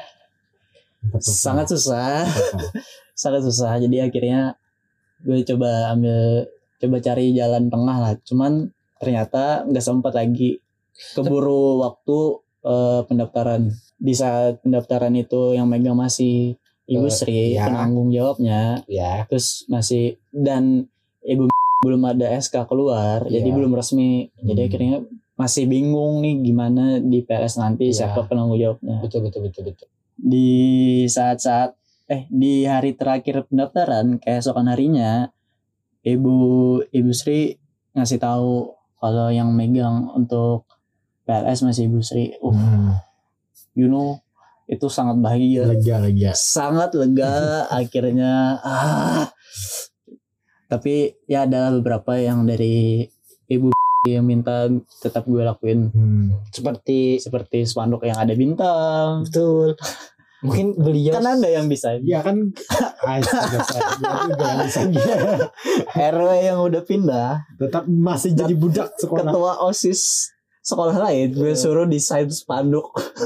sangat susah, sangat susah. Jadi akhirnya gue coba ambil, coba cari jalan tengah lah. Cuman ternyata nggak sempat lagi, keburu waktu eh, pendaftaran. Di saat pendaftaran itu yang megang masih Ibu Eh, Sri, ya. penanggung jawabnya. Ya. Terus masih, dan Ibu belum ada S K keluar, jadi Iya. belum resmi. Jadi Hmm. akhirnya masih bingung nih gimana di P S nanti Iya. siapa penanggung jawabnya. Betul, betul, betul, betul. Di saat-saat eh di hari terakhir pendaftaran, keesokan harinya Ibu Ibu Sri ngasih tahu kalau yang megang untuk P L S masih Ibu Sri. Uh, Hmm. you know, itu sangat bahagia. Lega lega. Sangat lega akhirnya. Ah. Tapi ya ada beberapa yang dari Ibu yang minta tetap gue lakuin, Hmm. Seperti seperti spanduk yang ada bintang. betul. Mungkin beliau Kan ada yang bisa. Iya kan. Astaga, saya juga yang bisa gitu. R W yang udah pindah, Tetap masih jadi budak sekolah. ketua OSIS sekolah lain gue suruh desain spanduk.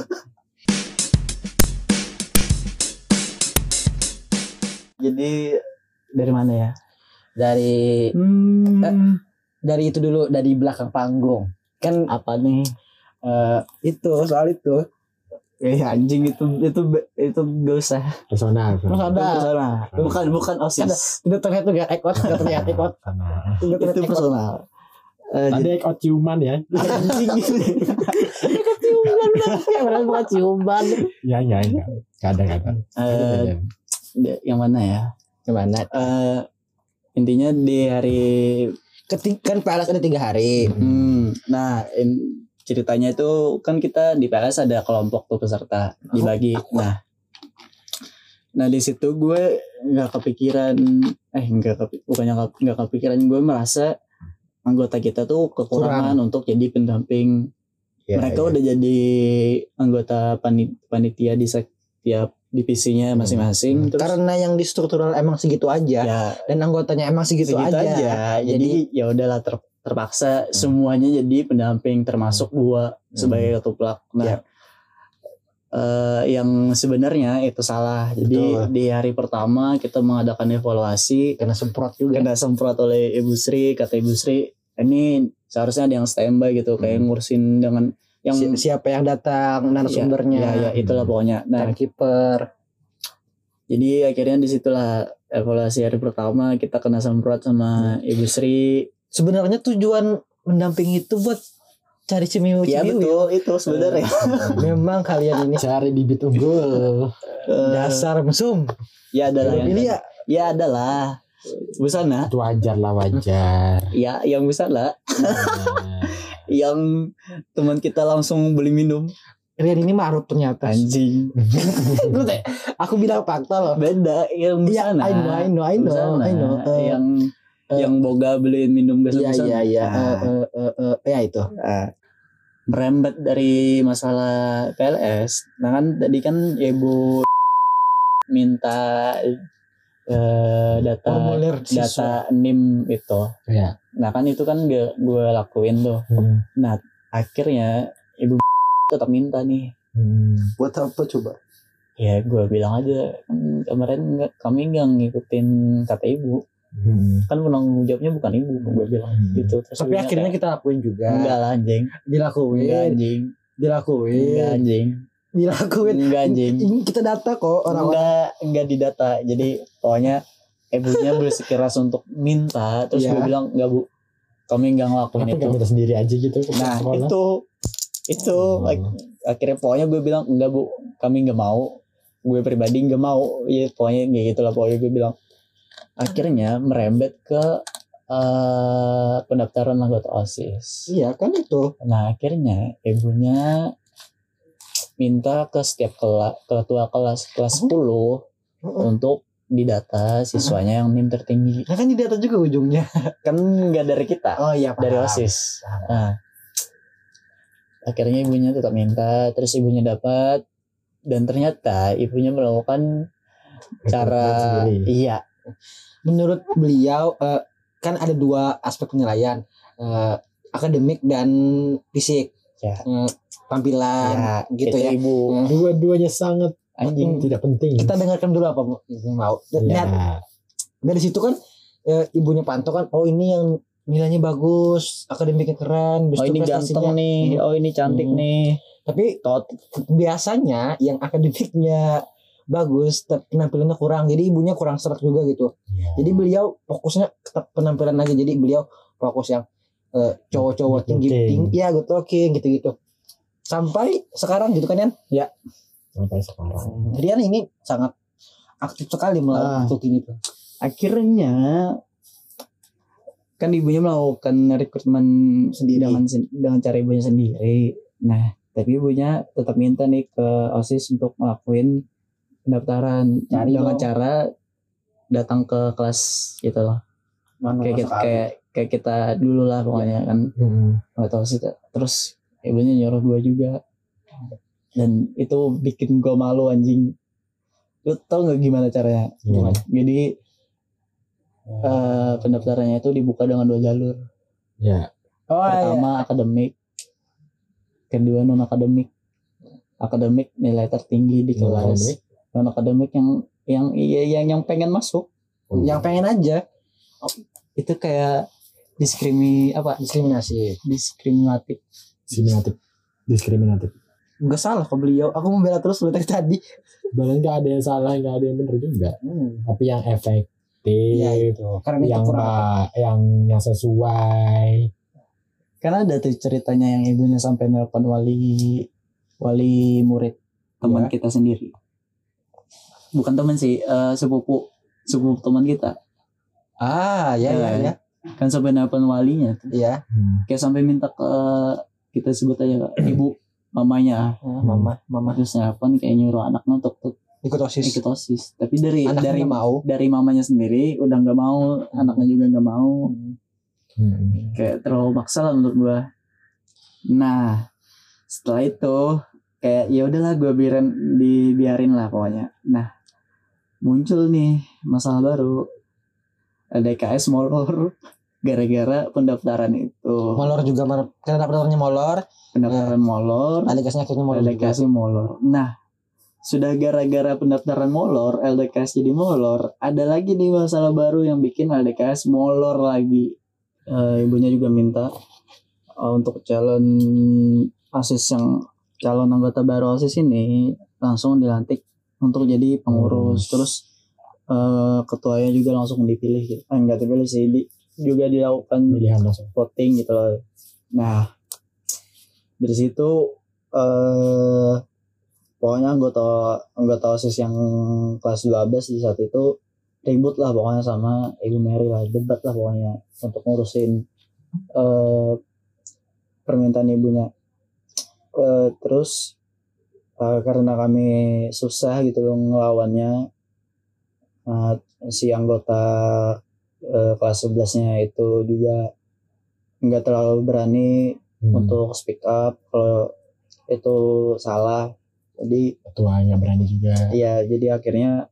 Jadi dari mana ya? dari Hmm, dari itu dulu, dari belakang panggung. Kan apa nih? eh, itu soal itu. Eh anjing, itu itu itu gak usah. Personal. Terus ada Personal. Bukan bukan OSIS. udah terlihat tuh gak ekot, gak terlihat ekot. Udah terlihat Itu ekot. personal. Eh, Tadi jadi ekot ciuman ya. anjing ini. Ciuman bener, bener buat ciuman. Ya ya ya. Kadang kadang. Eh, de- yang mana ya? Gimana? Eh intinya di hari Keting kan P L S ada tiga hari. hmm, nah in- ceritanya itu kan kita di P L S ada kelompok tuh peserta dibagi. Nah, nah di situ gue nggak kepikiran, eh nggak kepi, bukannya nggak nggak kepikiran, gue merasa anggota kita tuh kekurangan untuk jadi pendamping. Ya, Mereka ya. udah jadi anggota panit- panitia di setiap divisinya masing-masing. Terus Karena yang di struktural emang segitu aja, ya dan anggotanya emang segitu, segitu aja. aja. Jadi ya udahlah, ter, terpaksa semuanya jadi pendamping, termasuk gua sebagai ketuplak. Nah, Ya. eh, yang sebenarnya itu salah. Jadi Betul. di hari pertama kita mengadakan evaluasi, Kena semprot juga. kena semprot oleh Ibu Sri. Kata Ibu Sri, ini seharusnya ada yang standby gitu, kayak Hmm. ngurusin dengan yang Si- siapa yang datang, narasumbernya, ya, ya itulah pokoknya. Nah, timekeeper. jadi akhirnya disitulah evaluasi hari pertama kita kena semprot sama Ibu Sri. Sebenarnya tujuan mendampingi itu buat cari cemiu Ya cemiu. betul, itu sebenarnya. Memang kalian ini Cari bibit unggul. Eh, dasar mesum. ya adalah yang Ini ya ya adalah busana. Itu wajar lah wajar. Ya yang busana Nah, yang teman kita langsung beli minum. Rian ini marut ternyata. Anjing. Lu teh, aku bilang fakta loh. Beda yang Iya, busana. I know, I know, I know, I know. Uh, yang uh, yang boga beliin minum gas iya, busana. iya, iya, Nah, uh, uh, uh, uh, ya itu. Nah, merembet dari masalah P L S. Nah kan tadi kan ibu minta uh, data Formulir data N I M itu. Ya. Nah kan itu kan gue, gue lakuin tuh. Hmm. Nah akhirnya ibu tetap minta nih. Hmm. Buat apa coba? Ya gue bilang aja kan kemarin nggak, kami nggak ngikutin kata ibu. Hmm. Kan penanggung jawabnya bukan ibu, gue bilang Hmm. gitu. Terus Tapi akhirnya kayak, kita lakuin juga. enggak lah anjing. Dilakuin. Enggak anjing. Dilakuin. Enggak anjing. Dilakuin. Enggak anjing. Ini kita data kok orang-orang. Enggak, enggak didata. Jadi pokoknya ibunya bersikeras untuk minta, terus Iya. gue bilang enggak bu, kami enggak ngelakuin Tapi itu. gak minta sendiri aja gitu. Nah sekolah. itu itu Hmm. ak- akhirnya pokoknya gue bilang enggak bu, kami enggak mau. Gue pribadi enggak mau. Ya pokoknya kayak gitulah, pokoknya gue bilang. Akhirnya merembet ke uh, pendaftaran anggota OSIS. Iya kan itu. Nah akhirnya ibunya minta ke setiap kelas, ketua kelas kelas sepuluh Uh-uh. untuk didata siswanya yang N I M tertinggi. Nah kan di data juga ujungnya. Kan nggak dari kita, Oh iya dari paham. OSIS. Nah, akhirnya ibunya tetap minta, terus ibunya dapat, dan ternyata ibunya melakukan cara sendiri. iya. Menurut beliau uh, kan ada dua aspek penilaian, uh, akademik dan fisik. Ya. Uh, tampilan Ya, gitu itu ya. ibu. Hmm. Dua-duanya sangat Anjing. tidak penting. Kita dengarkan dulu apa Bu Ibu mau. Dan Ya. dari situ kan uh, ibunya pantau kan, oh ini yang nilainya bagus, akademiknya keren, Oh ini ganteng nih, oh ini cantik Hmm. nih. Tapi Tot. biasanya yang akademiknya bagus tapi penampilannya kurang, jadi ibunya kurang serak juga gitu. Ya. Jadi beliau fokusnya ke penampilan aja, jadi beliau fokus yang uh, cowok-cowok Good tinggi looking. tinggi ya good looking gitu-gitu sampai sekarang gitu kan Yan. Sampai sekarang. Jadi Yan ini sangat aktif sekali melakukan Ah. good looking itu. Akhirnya kan ibunya melakukan rekrutmen Sendiri. dengan sen- dengan cara ibunya sendiri. Nah, tapi ibunya tetap minta nih ke OSIS untuk ngelakuin pendaftaran Cari dengan dong. cara datang ke kelas gitu loh. Kayak kita, kayak kayak kita dulu lah pokoknya kan Hmm. nggak tahu sih. Terus ibunya nyuruh gue juga, dan itu bikin gue malu anjing. Lu tau nggak gimana caranya? Gimana? Jadi eh, pendaftarannya itu dibuka dengan dua jalur. Ya. Oh Pertama akademik, kedua non akademik. Akademik nilai tertinggi di Non kelas. akademik? Non akademik yang yang iya yang yang pengen masuk. yang pengen aja Itu kayak diskrimi apa? diskriminasi. Diskriminatif. Diskriminatif. Diskriminatif. Enggak salah kok beliau, aku membela terus lu dari tadi. Bahkan nggak ada yang salah, nggak ada yang benar juga. Hmm. Tapi yang efektif, Ya itu. Karena yang itu kurang. ba- yang yang sesuai. Karena ada tuh ceritanya yang ibunya sampai nelpon wali wali murid teman Ya. kita sendiri. Bukan teman sih, eh, sepupu sepupu teman kita. Ah ya ya ya. Kan sampai nelpon walinya tuh. Iya. Hmm. Kayak sampai minta ke kita sebut aja ibu mamanya. Ah, mama mama Terus nelpon kayak nyuruh anaknya untuk untuk ikut OSIS. ikut OSIS. Tapi dari Anaknya dari nggak mau. dari mamanya sendiri udah nggak mau, anaknya juga nggak mau. Hmm. Kayak terlalu maksa lah menurut gua. Nah, setelah itu kayak ya udahlah gua biarin dibiarin lah pokoknya. Nah, muncul nih masalah baru. L D K S molor gara-gara pendaftaran itu. Molor juga mar- karena pendaftarannya molor, Pendaftaran molor, alikasnya akhirnya molor L D K juga. S molor. Nah, sudah gara-gara pendaftaran molor, L D K S jadi molor, ada lagi nih masalah baru yang bikin L D K S molor lagi. Eh, ibunya juga minta eh, untuk calon OSIS yang calon anggota baru OSIS ini langsung dilantik untuk jadi pengurus. Pengurus. Terus eh, ketuanya juga langsung dipilih gitu. Eh, enggak dipilih sih, di, juga dilakukan Pilihan langsung. voting gitu loh. Nah, dari situ eh pokoknya anggota anggota OSIS yang kelas dua belas di saat itu ribut lah pokoknya sama Ibu Mary lah, debat lah pokoknya untuk ngurusin eh permintaan ibunya. Eh, terus uh, karena kami susah gitu loh ngelawannya. Uh, si anggota uh, kelas sebelasnya itu juga nggak terlalu berani hmm. untuk speak up kalau itu salah. Jadi ketuanya berani juga. Iya, jadi akhirnya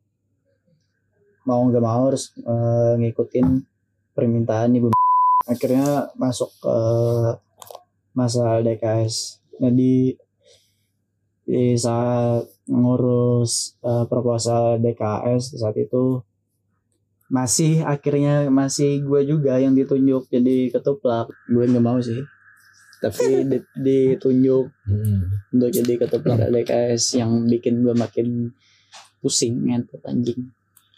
mau nggak mau harus uh, ngikutin permintaan ibu. Akhirnya masuk ke masa L D K S. Jadi di saat ngurus uh, proposal D K S saat itu masih akhirnya masih gue juga yang ditunjuk jadi ketuplak. Gue nggak mau sih, tapi ditunjuk hmm. untuk jadi ketuplak L D K S yang bikin gue makin pusing ngentot anjing.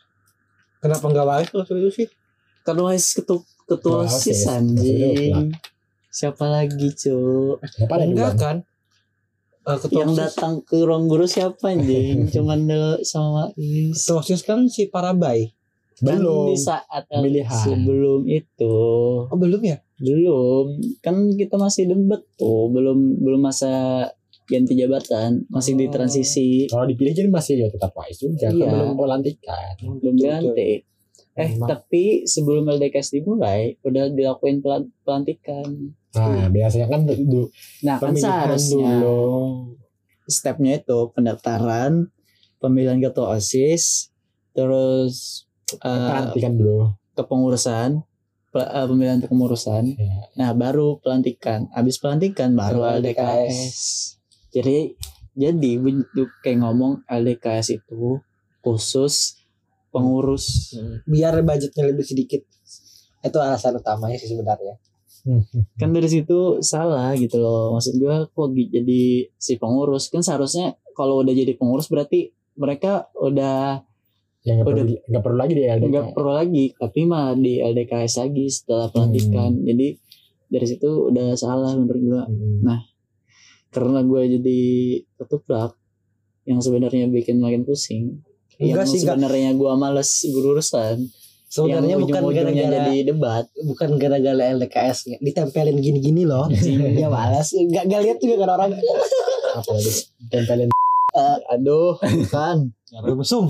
Kenapa nggak wais waktu itu sih? Kan wais ketu ketua OSIS anjing. Siapa lagi cuy? Siapa enggak kan? Uh, yang OSIS. Datang ke ruang guru siapa anjing? Cuman sama Is. Ketua OSIS kan si Parabai. Belum. Kan di saat pemilihan. Sebelum itu. Oh belum ya? Belum. Kan kita masih debat tuh. Belum belum masa ganti jabatan. Masih oh. di transisi. Kalau dipilih jadi masih ya tetap wais juga. Iya. Belum pelantikan. Belum ganti. Eh Memang. Tapi sebelum L D K S dimulai udah dilakuin pelantikan. Nah biasanya kan dulu. Nah kan seharusnya dulu. Stepnya itu pendaftaran, pemilihan ketua OSIS, terus uh, pelantikan dulu, kepengurusan, pemilihan kepengurusan. Ya. Nah baru pelantikan. Habis pelantikan baru L D K S. Jadi jadi bentuk kayak ngomong L D K S itu khusus pengurus, biar budgetnya lebih sedikit. Itu alasan utamanya sih sebenarnya. Kan dari situ salah gitu loh. Maksud gue kok jadi si pengurus. Kan seharusnya kalau udah jadi pengurus berarti mereka udah ya gak, udah perlu, gak perlu lagi di L D K S. Gak perlu lagi, tapi mah di L D K S lagi setelah pelantikan. Hmm. Jadi dari situ udah salah menurut gue. Hmm. Nah karena gue jadi ketuplak yang sebenarnya bikin makin pusing. Enggak yang sebenarnya gue males berurusan. Sebenarnya bukan gara-gara jadi debat, bukan gara-gara L D K S ditempelin gini-gini loh. Ya malas, enggak enggak lihat juga kan orang. Apa ditempelin uh, aduh kan mesum.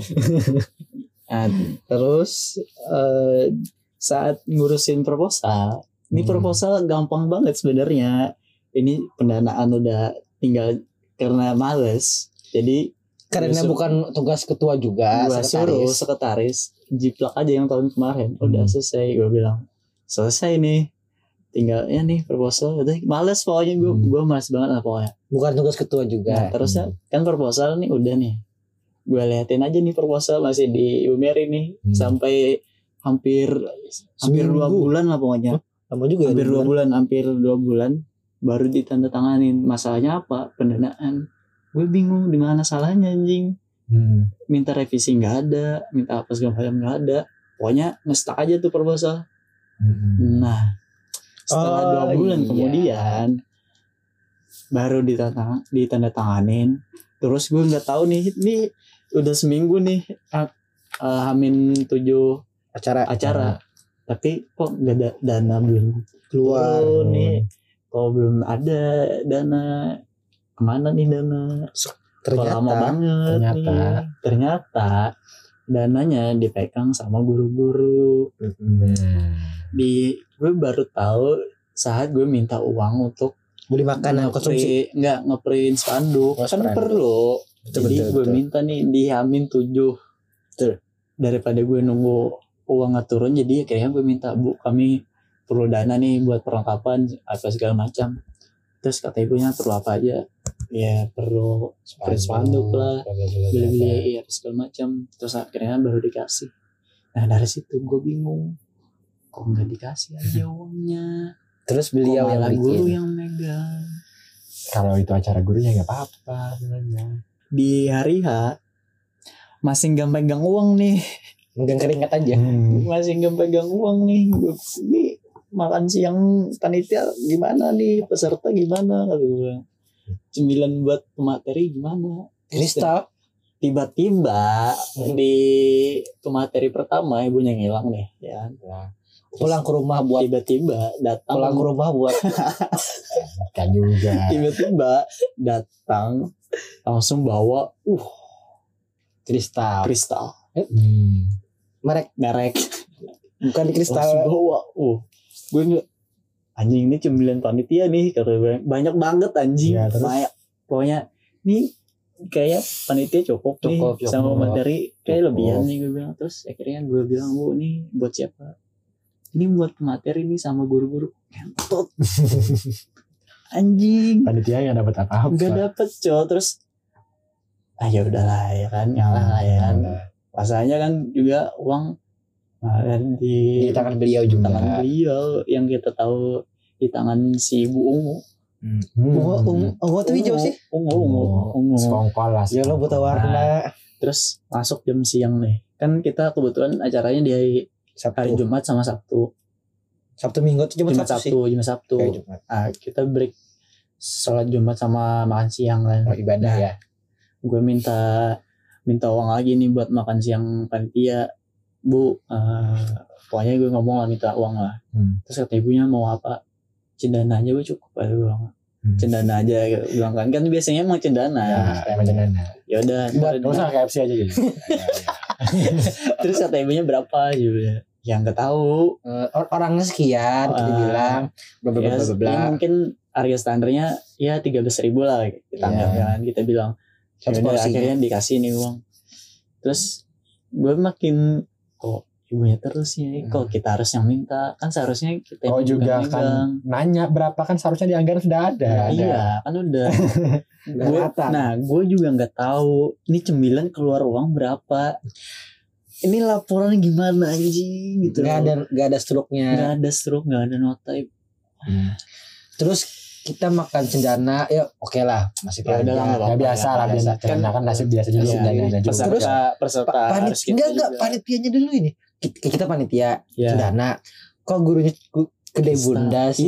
Nah, terus uh, saat ngurusin proposal, ini hmm. proposal gampang banget sebenarnya. Ini pendanaan udah tinggal karena males. Jadi karena bukan tugas ketua juga, gua suruh sekretaris jiplak aja yang tahun kemarin udah hmm. selesai. Gue bilang selesai nih, tinggal ya nih proposal. Udah males pokoknya gue hmm. gue males banget lah pokoknya. Bukan tugas ketua juga. Nah, terusnya hmm. kan proposal nih udah nih, gue liatin aja nih proposal masih di Ibu Mary nih hmm. sampai hampir hampir dua bulan lah pokoknya. Lama juga. Hampir dua bulan, hampir dua bulan baru ditandatanganin. Masalahnya apa? Pendanaan. Gue bingung di mana salahnya anjing. Hmm. Minta revisi nggak ada, minta apa segala macam nggak ada. Pokoknya ngestak aja tuh proposal. Hmm. Nah, setelah oh, dua bulan iya. kemudian baru ditanda ditandatanganin. Terus gue nggak tahu nih, ini udah seminggu nih uh, uh, hamin tujuh acara acara. Hmm. Tapi kok nggak ada dana belum keluar oh, nih. Kok belum ada dana. Kemana nih dana? Ternyata lama banget ternyata nih. Ternyata dananya dipegang sama guru-guru. Hmm. Di gue baru tahu saat gue minta uang untuk beli makanan konsumsi. Enggak ngeprint spanduk. Oh, kan spanduk. Perlu. Betul, Jadi betul, gue betul. minta nih di Hamin tujuh. Betul. Daripada gue nunggu uangnya turun, jadi kayaknya gue minta, Bu, kami perlu dana nih buat perlengkapan apa segala macam. Terus kata ibunya perlu apa aja? Ya perlu spanduk, spanduk lah, beli-beli ya segala macam. Terus akhirnya baru dikasih. Nah dari situ gue bingung, kok nggak dikasih aja uangnya? Terus beliau yang guru yang megang. Kalau itu acara gurunya nggak apa-apa sebenarnya. Di hari H masih nggak pegang uang nih, megang keringat aja. Hmm. Masih nggak pegang uang nih. Nih makan siang panitia gimana nih, peserta gimana kata gue. Cemilan buat pemateri gimana? Ini stop. Tiba-tiba hmm. di pemateri pertama ibunya ngilang nih, ya. Nah. pulang ke rumah buat tiba-tiba datang pulang ke rumah buat kan juga tiba-tiba datang langsung bawa uh kristal kristal hmm. merek merek bukan di kristal langsung bawa uh gue nggak anjing ini cemilan panitia nih kata gue banyak banget anjing ya, terus? banyak pokoknya nih kayak panitia cukup, Cukup, nih cukup. sama materi kayak Cukup. lebihan nih gue bilang terus akhirnya gue bilang bu ini buat siapa ini buat materi nih sama guru-guru kentut anjing panitia nggak dapat apa-apa nggak dapet cow terus ah ya udahlah ya kan ngalah lah ya kan rasanya kan juga uang nah, di, di tangan beliau juga tangan beliau yang kita tahu di tangan si Ibu Ungu. Hmm. ungu ungu ungu tuh hijau sih Ungu ungu ungu. Sekongkol lah. ya lo buta warna Terus masuk jam siang nih. Kan kita kebetulan acaranya di hari, hari Sabtu Jumat sama Sabtu. Sabtu Minggu tuh Jumat Jumat Sabtu, Sabtu, Jumat Sabtu. Kayak Jumat. Ah, kita break sholat Jumat sama makan siang kan. Oh, ibadah Nah, ya. Gue minta minta uang lagi nih buat makan siang panitia. Bu, uh, pokoknya gue ngomong lah minta uang lah. Hmm. Terus kata ibunya mau apa? Cendana aja gue cukup aja gue bilang. Hmm. Cendana aja gitu. Gue bilang kan kan biasanya emang cendana. Ya, emang cendana. Ya udah. Buat Gak usah K F C aja gitu. Terus kata ibunya berapa juga? Ya nggak tahu. Uh, or- orangnya sekian kita Uh, bilang bla bla Ya, bla bla bla. ya mungkin harga standarnya ya tiga belas ribu lah kita anggap Iya. kan kita bilang. Satu Yaudah, porsinya. akhirnya dikasih nih uang. Terus gue makin kok ibunya terus ya, kok kita harus yang minta kan seharusnya kita Oh yang juga megang. kan nanya berapa kan seharusnya di anggaran sudah ada. Nah, iya kan udah. Gue, Kelihatan. nah gue juga nggak tahu ini cemilan keluar uang berapa. Ini laporan gimana anjing gitu. Gak ada gak ada struknya. Nggak ada stroke, nggak ada nota. Hmm. Terus kita makan cendana ya oke lah masih Ya udah lah, nggak Ya apa-apa, biasa lah biasa. biasa. Karena kan nasib biasa juga. Iya, Cendana juga. peserta, Terus, peserta Pa- panit harus kita enggak enggak juga. panitianya dulu ini. Kita, kita panitia Ya. cendana. Kok gurunya gu- gede Kristal. bunda sih?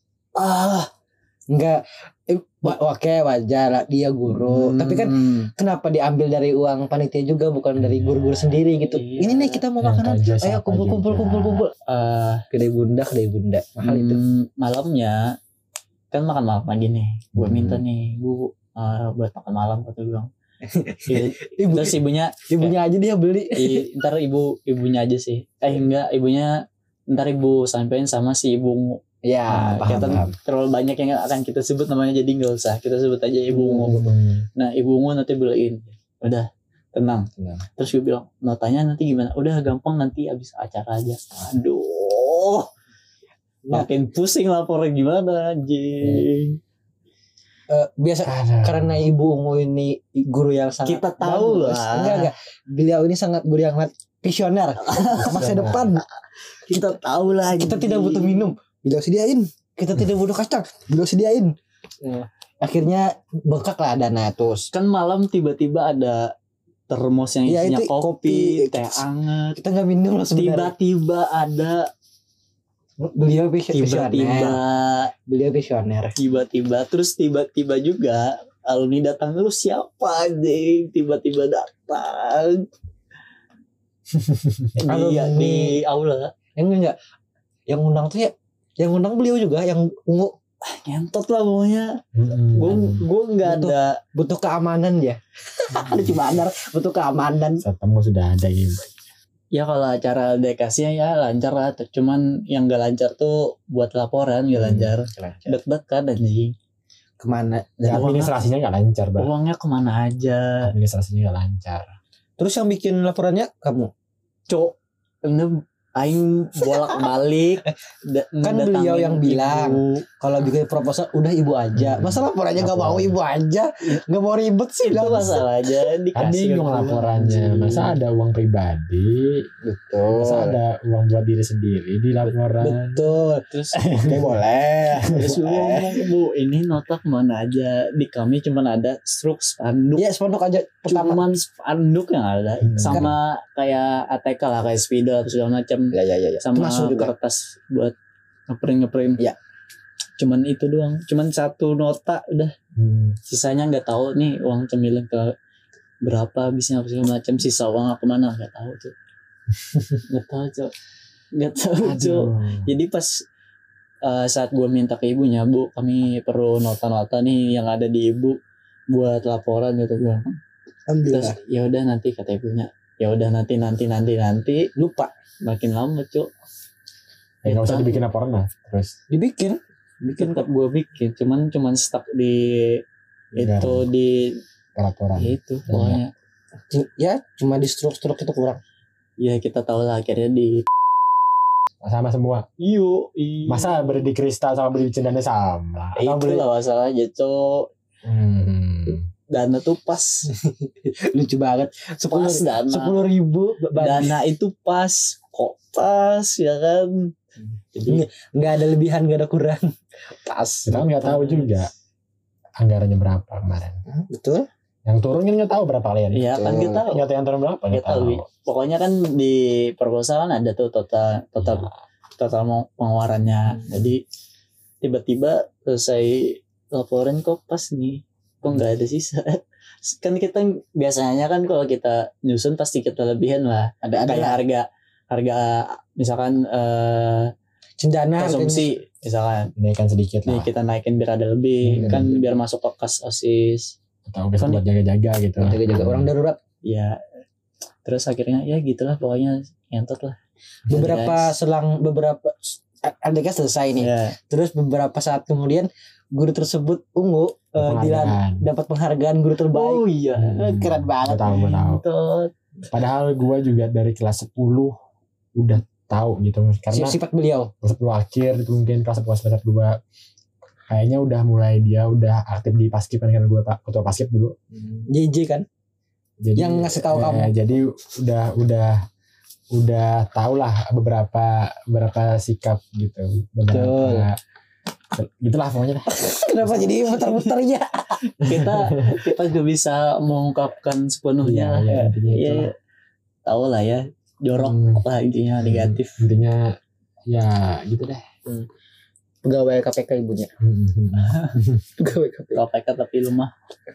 Ah, enggak. Eh, wa- Oke wajar lah dia guru. Tapi kan Hmm. kenapa diambil dari uang panitia juga bukan dari guru-guru sendiri gitu. Iya. Ini nih kita mau Yang makanan. kerja Ayo siapa kumpul kumpul juga. kumpul kumpul. Eh, Gede bunda, gede bunda. Mahal itu. hmm, malamnya kan makan malam lagi nih. Gue Hmm. minta nih, bu eh, buat makan malam kata gue bilang. Iya. Ibu, Terus ibunya, ibunya aja dia beli. i, ntar ibu ibunya aja sih. Eh enggak, ibunya ntar ibu sampein sama si ibu. Ya, Nah, paham, kita paham. terlalu banyak yang akan kita sebut namanya jadi nggak usah. Kita sebut aja ibu Ungu. Hmm. Nah ibu Ungu nanti beliin. Udah tenang. Tenang. Terus gue bilang notanya nanti gimana? Udah gampang nanti abis acara aja. Aduh. Nah. Makin pusing laporan gimana anjing. Eh, biasa Ada. karena ibu Ungu ini guru yang sangat Kita tahu bagus. lah. Enggak enggak. Beliau ini sangat guru yang sangat visioner. Masa depan Kita tahu lah. kita anjing. tidak butuh minum. Beliau sediain. Kita tidak butuh kacang. Beliau sediain. Ya. Akhirnya bengkak lah dana terus. Kan malam tiba-tiba ada termos yang Ya, isinya itu kopi, kopi. teh anget. Kita nggak minum loh sebenarnya. Tiba-tiba ada Beliau visio- tiba-tiba visioner. Beliau visioner. tiba-tiba terus tiba-tiba juga alumni datang lu siapa anjing tiba-tiba datang di, Alumni. di aula Yang enggak. Yang undang tuh ya. Yang undang beliau juga. Yang ungu ngentot lah pokoknya Hmm. gue gue nggak Betul. ada butuh keamanan ya. Ada cuma ada butuh keamanan. Satpamnya sudah ada gitu. ya kalau acara dekasnya ya lancar lah cuman yang nggak lancar tuh buat laporan nggak lancar deg-degan anjing Kemana? Ya, administrasinya nggak lancar, Bang. uangnya kemana aja Administrasinya nggak lancar. Terus yang bikin laporannya kamu. cok ini aing bolak-balik da- Kan ngedatangin beliau yang bilang. ibu. Kalau bikin proposal udah ibu aja. Hmm. Masa laporannya nggak mau Laporan. ibu aja? Nggak mau ribet sih. itu lah. masalahnya Kan dikasih bingung ke laporannya. anjing. Masa ada uang pribadi? Betul. Masa ada uang buat diri sendiri di laporan? Betul. terus Oke boleh. terus gue ngomong bu ini nota kemana aja di kami cuman ada struk spanduk Iya spanduk aja pertama. cuman spanduk yang ada Hmm. sama kayak A T K lah kayak spidol atau segala macam Ya ya ya. ya. sama Termasuk juga. kertas buat ngeprint ngeprint Iya. cuman itu doang cuman satu nota udah Hmm. sisanya nggak tahu nih uang cemilan ke berapa habisnya apa segala macam sisa uang aku mana nggak tahu tuh nggak tahu cok nggak tahu Cuk. Jadi pas uh, saat gue minta ke ibunya, Bu kami perlu nota-nota nih yang ada di ibu buat laporan gitu gue. Terus ya udah nanti kata ibunya, ya udah nanti nanti nanti nanti lupa makin lama Cuk. Ya nggak usah dibikin laporan lah terus. Dibikin, bikin tetap gue bikin, cuman cuman stuck di Enggak. itu di laporan. Ya itu pokoknya. Ya cuma di struk-struk itu kurang. Ya kita tahu lah akhirnya di sama semua. Iyo, masa beri di kristal sama beri di cendana sama. Eh, itu lah masalahnya Cok. Hmm. Dana tuh pas. Lucu banget. Sepuluh dana. Sepuluh ribu. Dana itu pas. Kok pas ya kan. Jadi nggak ada lebihan, nggak ada kurang. Pas. Kita kan nggak tahu juga anggarannya berapa kemarin. Betul. Yang turun kan nggak tahu berapa kalian. Iya kan kita tahu. Nggak tahu yang turun berapa. Nggak tahu. tahu. Pokoknya kan di proposal kan ada tuh total total ya. Total pengeluarannya. Hmm. Jadi tiba-tiba selesai laporan kok pas nih. Kok nggak ada sisa. Kan kita biasanya kan kalau kita nyusun pasti kita lebihin lah. Ada ada kayak harga harga misalkan eh, cendana konsumsi harganya. Misalkan naikkan sedikit lah. Nih kita naikin biar ada lebih hmm. kan biar masuk ke kas OSIS. Atau kan buat jaga-jaga gitu. Jaga-jaga orang darurat. Ya. Terus akhirnya ya gitulah pokoknya ngentot lah. Beberapa selang beberapa ada kan selesai nih. Yeah. Terus beberapa saat kemudian guru tersebut ungu uh, Dilan dapat penghargaan guru terbaik. Oh iya, hmm. keren banget. Tahu, tahu. Padahal gue juga dari kelas sepuluh udah tahu gitu karena sifat beliau. Kelas sepuluh akhir itu mungkin kelas sepuluh semester dua kayaknya udah mulai dia udah aktif di paskib kan karena gue pak ketua paskib dulu. J J kan. Jadi yang ngasih tahu eh, kamu. Jadi udah udah udah tau lah beberapa beberapa sikap gitu beberapa Betul. Gitulah pokoknya. Kenapa jadi muter-muter ya? kita kita gak bisa mengungkapkan sepenuhnya. Ya, ya, ya, ya tahu lah ya jorok hmm. lah intinya negatif. Intinya ya gitu deh. Hmm. Pegawai K P K ibunya. Pegawai K P K. K P K tapi lemah.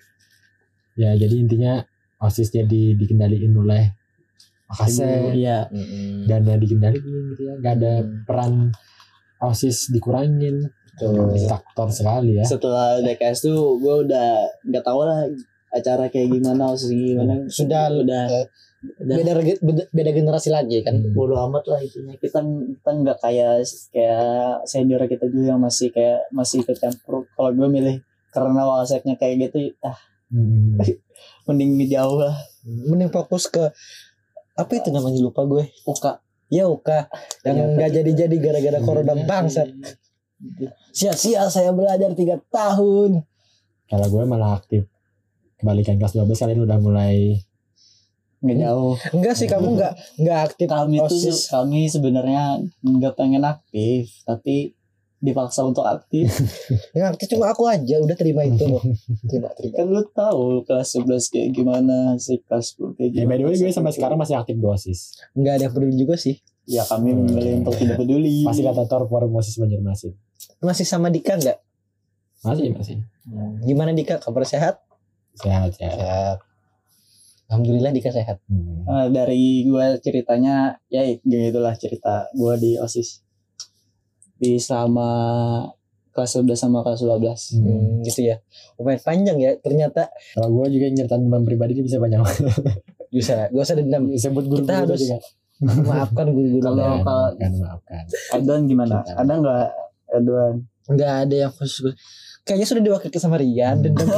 Ya jadi intinya OSIS jadi dikendaliin oleh Makassar. Iya. Dana dikendaliin gitu ya. Gak ada hmm. peran OSIS dikurangin. Tuh. Faktor sekali ya. Setelah D K S tuh gue udah nggak tahu lah acara kayak gimana OSIS gimana. Sudah udah. Uh, beda, beda beda generasi lagi kan. Hmm. Bodoh amat lah intinya. Kita kita nggak kayak kayak senior kita dulu yang masih kayak masih ikut campur. Kalau gue milih karena waseknya kayak gitu ah hmm. mending jauh lah. Mending fokus ke apa itu namanya lupa gue. U K. Ya U K yang nggak ya, jadi-jadi gara-gara corona bangsat. Sia-sia saya belajar tiga tahun. Kalau gue malah aktif. Kebalikan kelas dua belas kalian udah mulai nggak jauh. Enggak sih kamu nggak nggak aktif. Kami tuh kami sebenarnya nggak pengen aktif, tapi dipaksa untuk aktif. Yang aktif cuma aku aja, udah terima itu loh. Terima, terima. Kan lu tahu kelas sebelas kayak gimana sih, kelas sepuluh kayak gimana. Ya by the way gue sampai sekarang masih aktif di OSIS. Enggak ada yang peduli juga sih. Ya kami memilih untuk tidak peduli. Fasilitator forum OSIS Banjarmasin. Masih sama Dika enggak? Masih, masih. Hmm. Gimana Dika? Kabar sehat? Sehat, sehat. sehat. Alhamdulillah Dika sehat. Hmm. Uh, dari gue ceritanya, ya gitulah cerita gue di OSIS. Di selama kelas sebelas sama kelas dua belas. Hmm, gitu ya. Lumayan panjang ya ternyata. Kalau gue juga nyeritain teman pribadi ini bisa banyak. Bisa, gak usah dendam. Disebut guru kita harus juga. Maafkan guru-guru. Kalau kalau maafkan. Edwan gimana? Ada nggak Edwan? Nggak ada yang khusus. Kayaknya sudah diwakilkan sama Rian. Hmm. Dendam.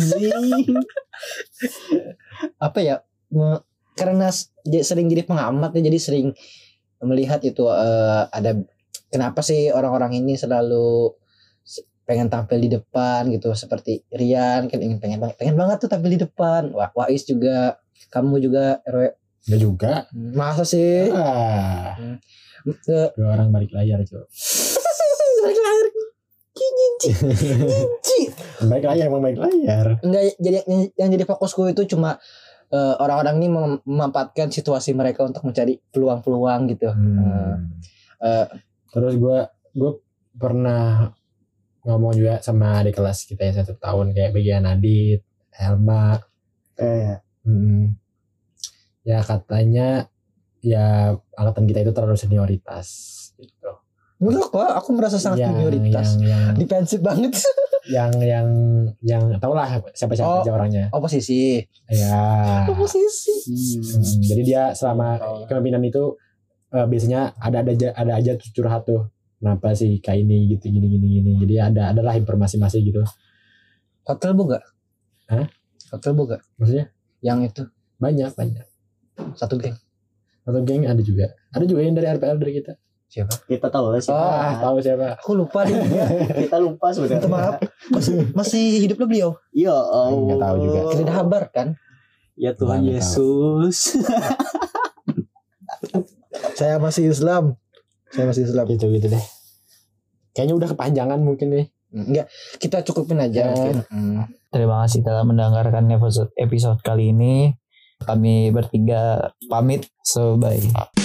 Apa ya? Karena sering jadi pengamat ya, jadi sering melihat itu uh, ada kenapa sih orang-orang ini selalu pengen tampil di depan gitu, seperti Rian kan ingin pengen banget pengen banget tuh tampil di depan. Wah, Wais juga, kamu juga R W. Enggak juga. Masa sih? Ah. Hmm. Dua orang balik layar, Cok. Balik layar. Cici. Cici. Balik layar emang balik layar. Enggak, jadi yang, yang jadi fokusku itu cuma uh, orang-orang ini mem- memanfaatkan situasi mereka untuk mencari peluang-peluang gitu. Hmm. Uh, uh, Terus gue gue pernah ngomong juga sama adik kelas kita yang satu tahun kayak bagian Adit, Helma. Eh. Hmm. Ya katanya ya angkatan kita itu terlalu senioritas gitu. Menurut gua aku merasa sangat yang, senioritas. Yang, yang defensif banget. yang yang yang tau lah siapa-siapa Oh, aja orangnya. Oposisi. Ya. Oposisi. Hmm, jadi dia selama kepemimpinan itu uh, biasanya ada ada aja ada aja tuh curhat tuh. Kenapa sih kayak ini gitu gini gini gini. Jadi ada adalah informasi-informasi gitu. Hotel boga? Hah? Hotel boga? Maksudnya? Yang itu Banyak banyak. satu geng. Satu geng ada juga. Ada juga yang dari R P L dari kita. Siapa? Kita tahu lah siapa. Ah, tahu siapa? Aku lupa nih. Kita lupa sebenarnya. Minta maaf. Masih, masih hidup lo beliau? Iya, oh. Enggak tahu juga. Kita kabar kan? Ya Tuhan Nggak Yesus. Saya masih Islam. Saya masih Islam. Gitu gitu deh. Kayaknya udah kepanjangan mungkin nih. Enggak, kita cukupin aja Ya. mungkin. Hmm. Terima kasih telah mendengarkan episode episode kali ini. Kami bertiga pamit. So bye.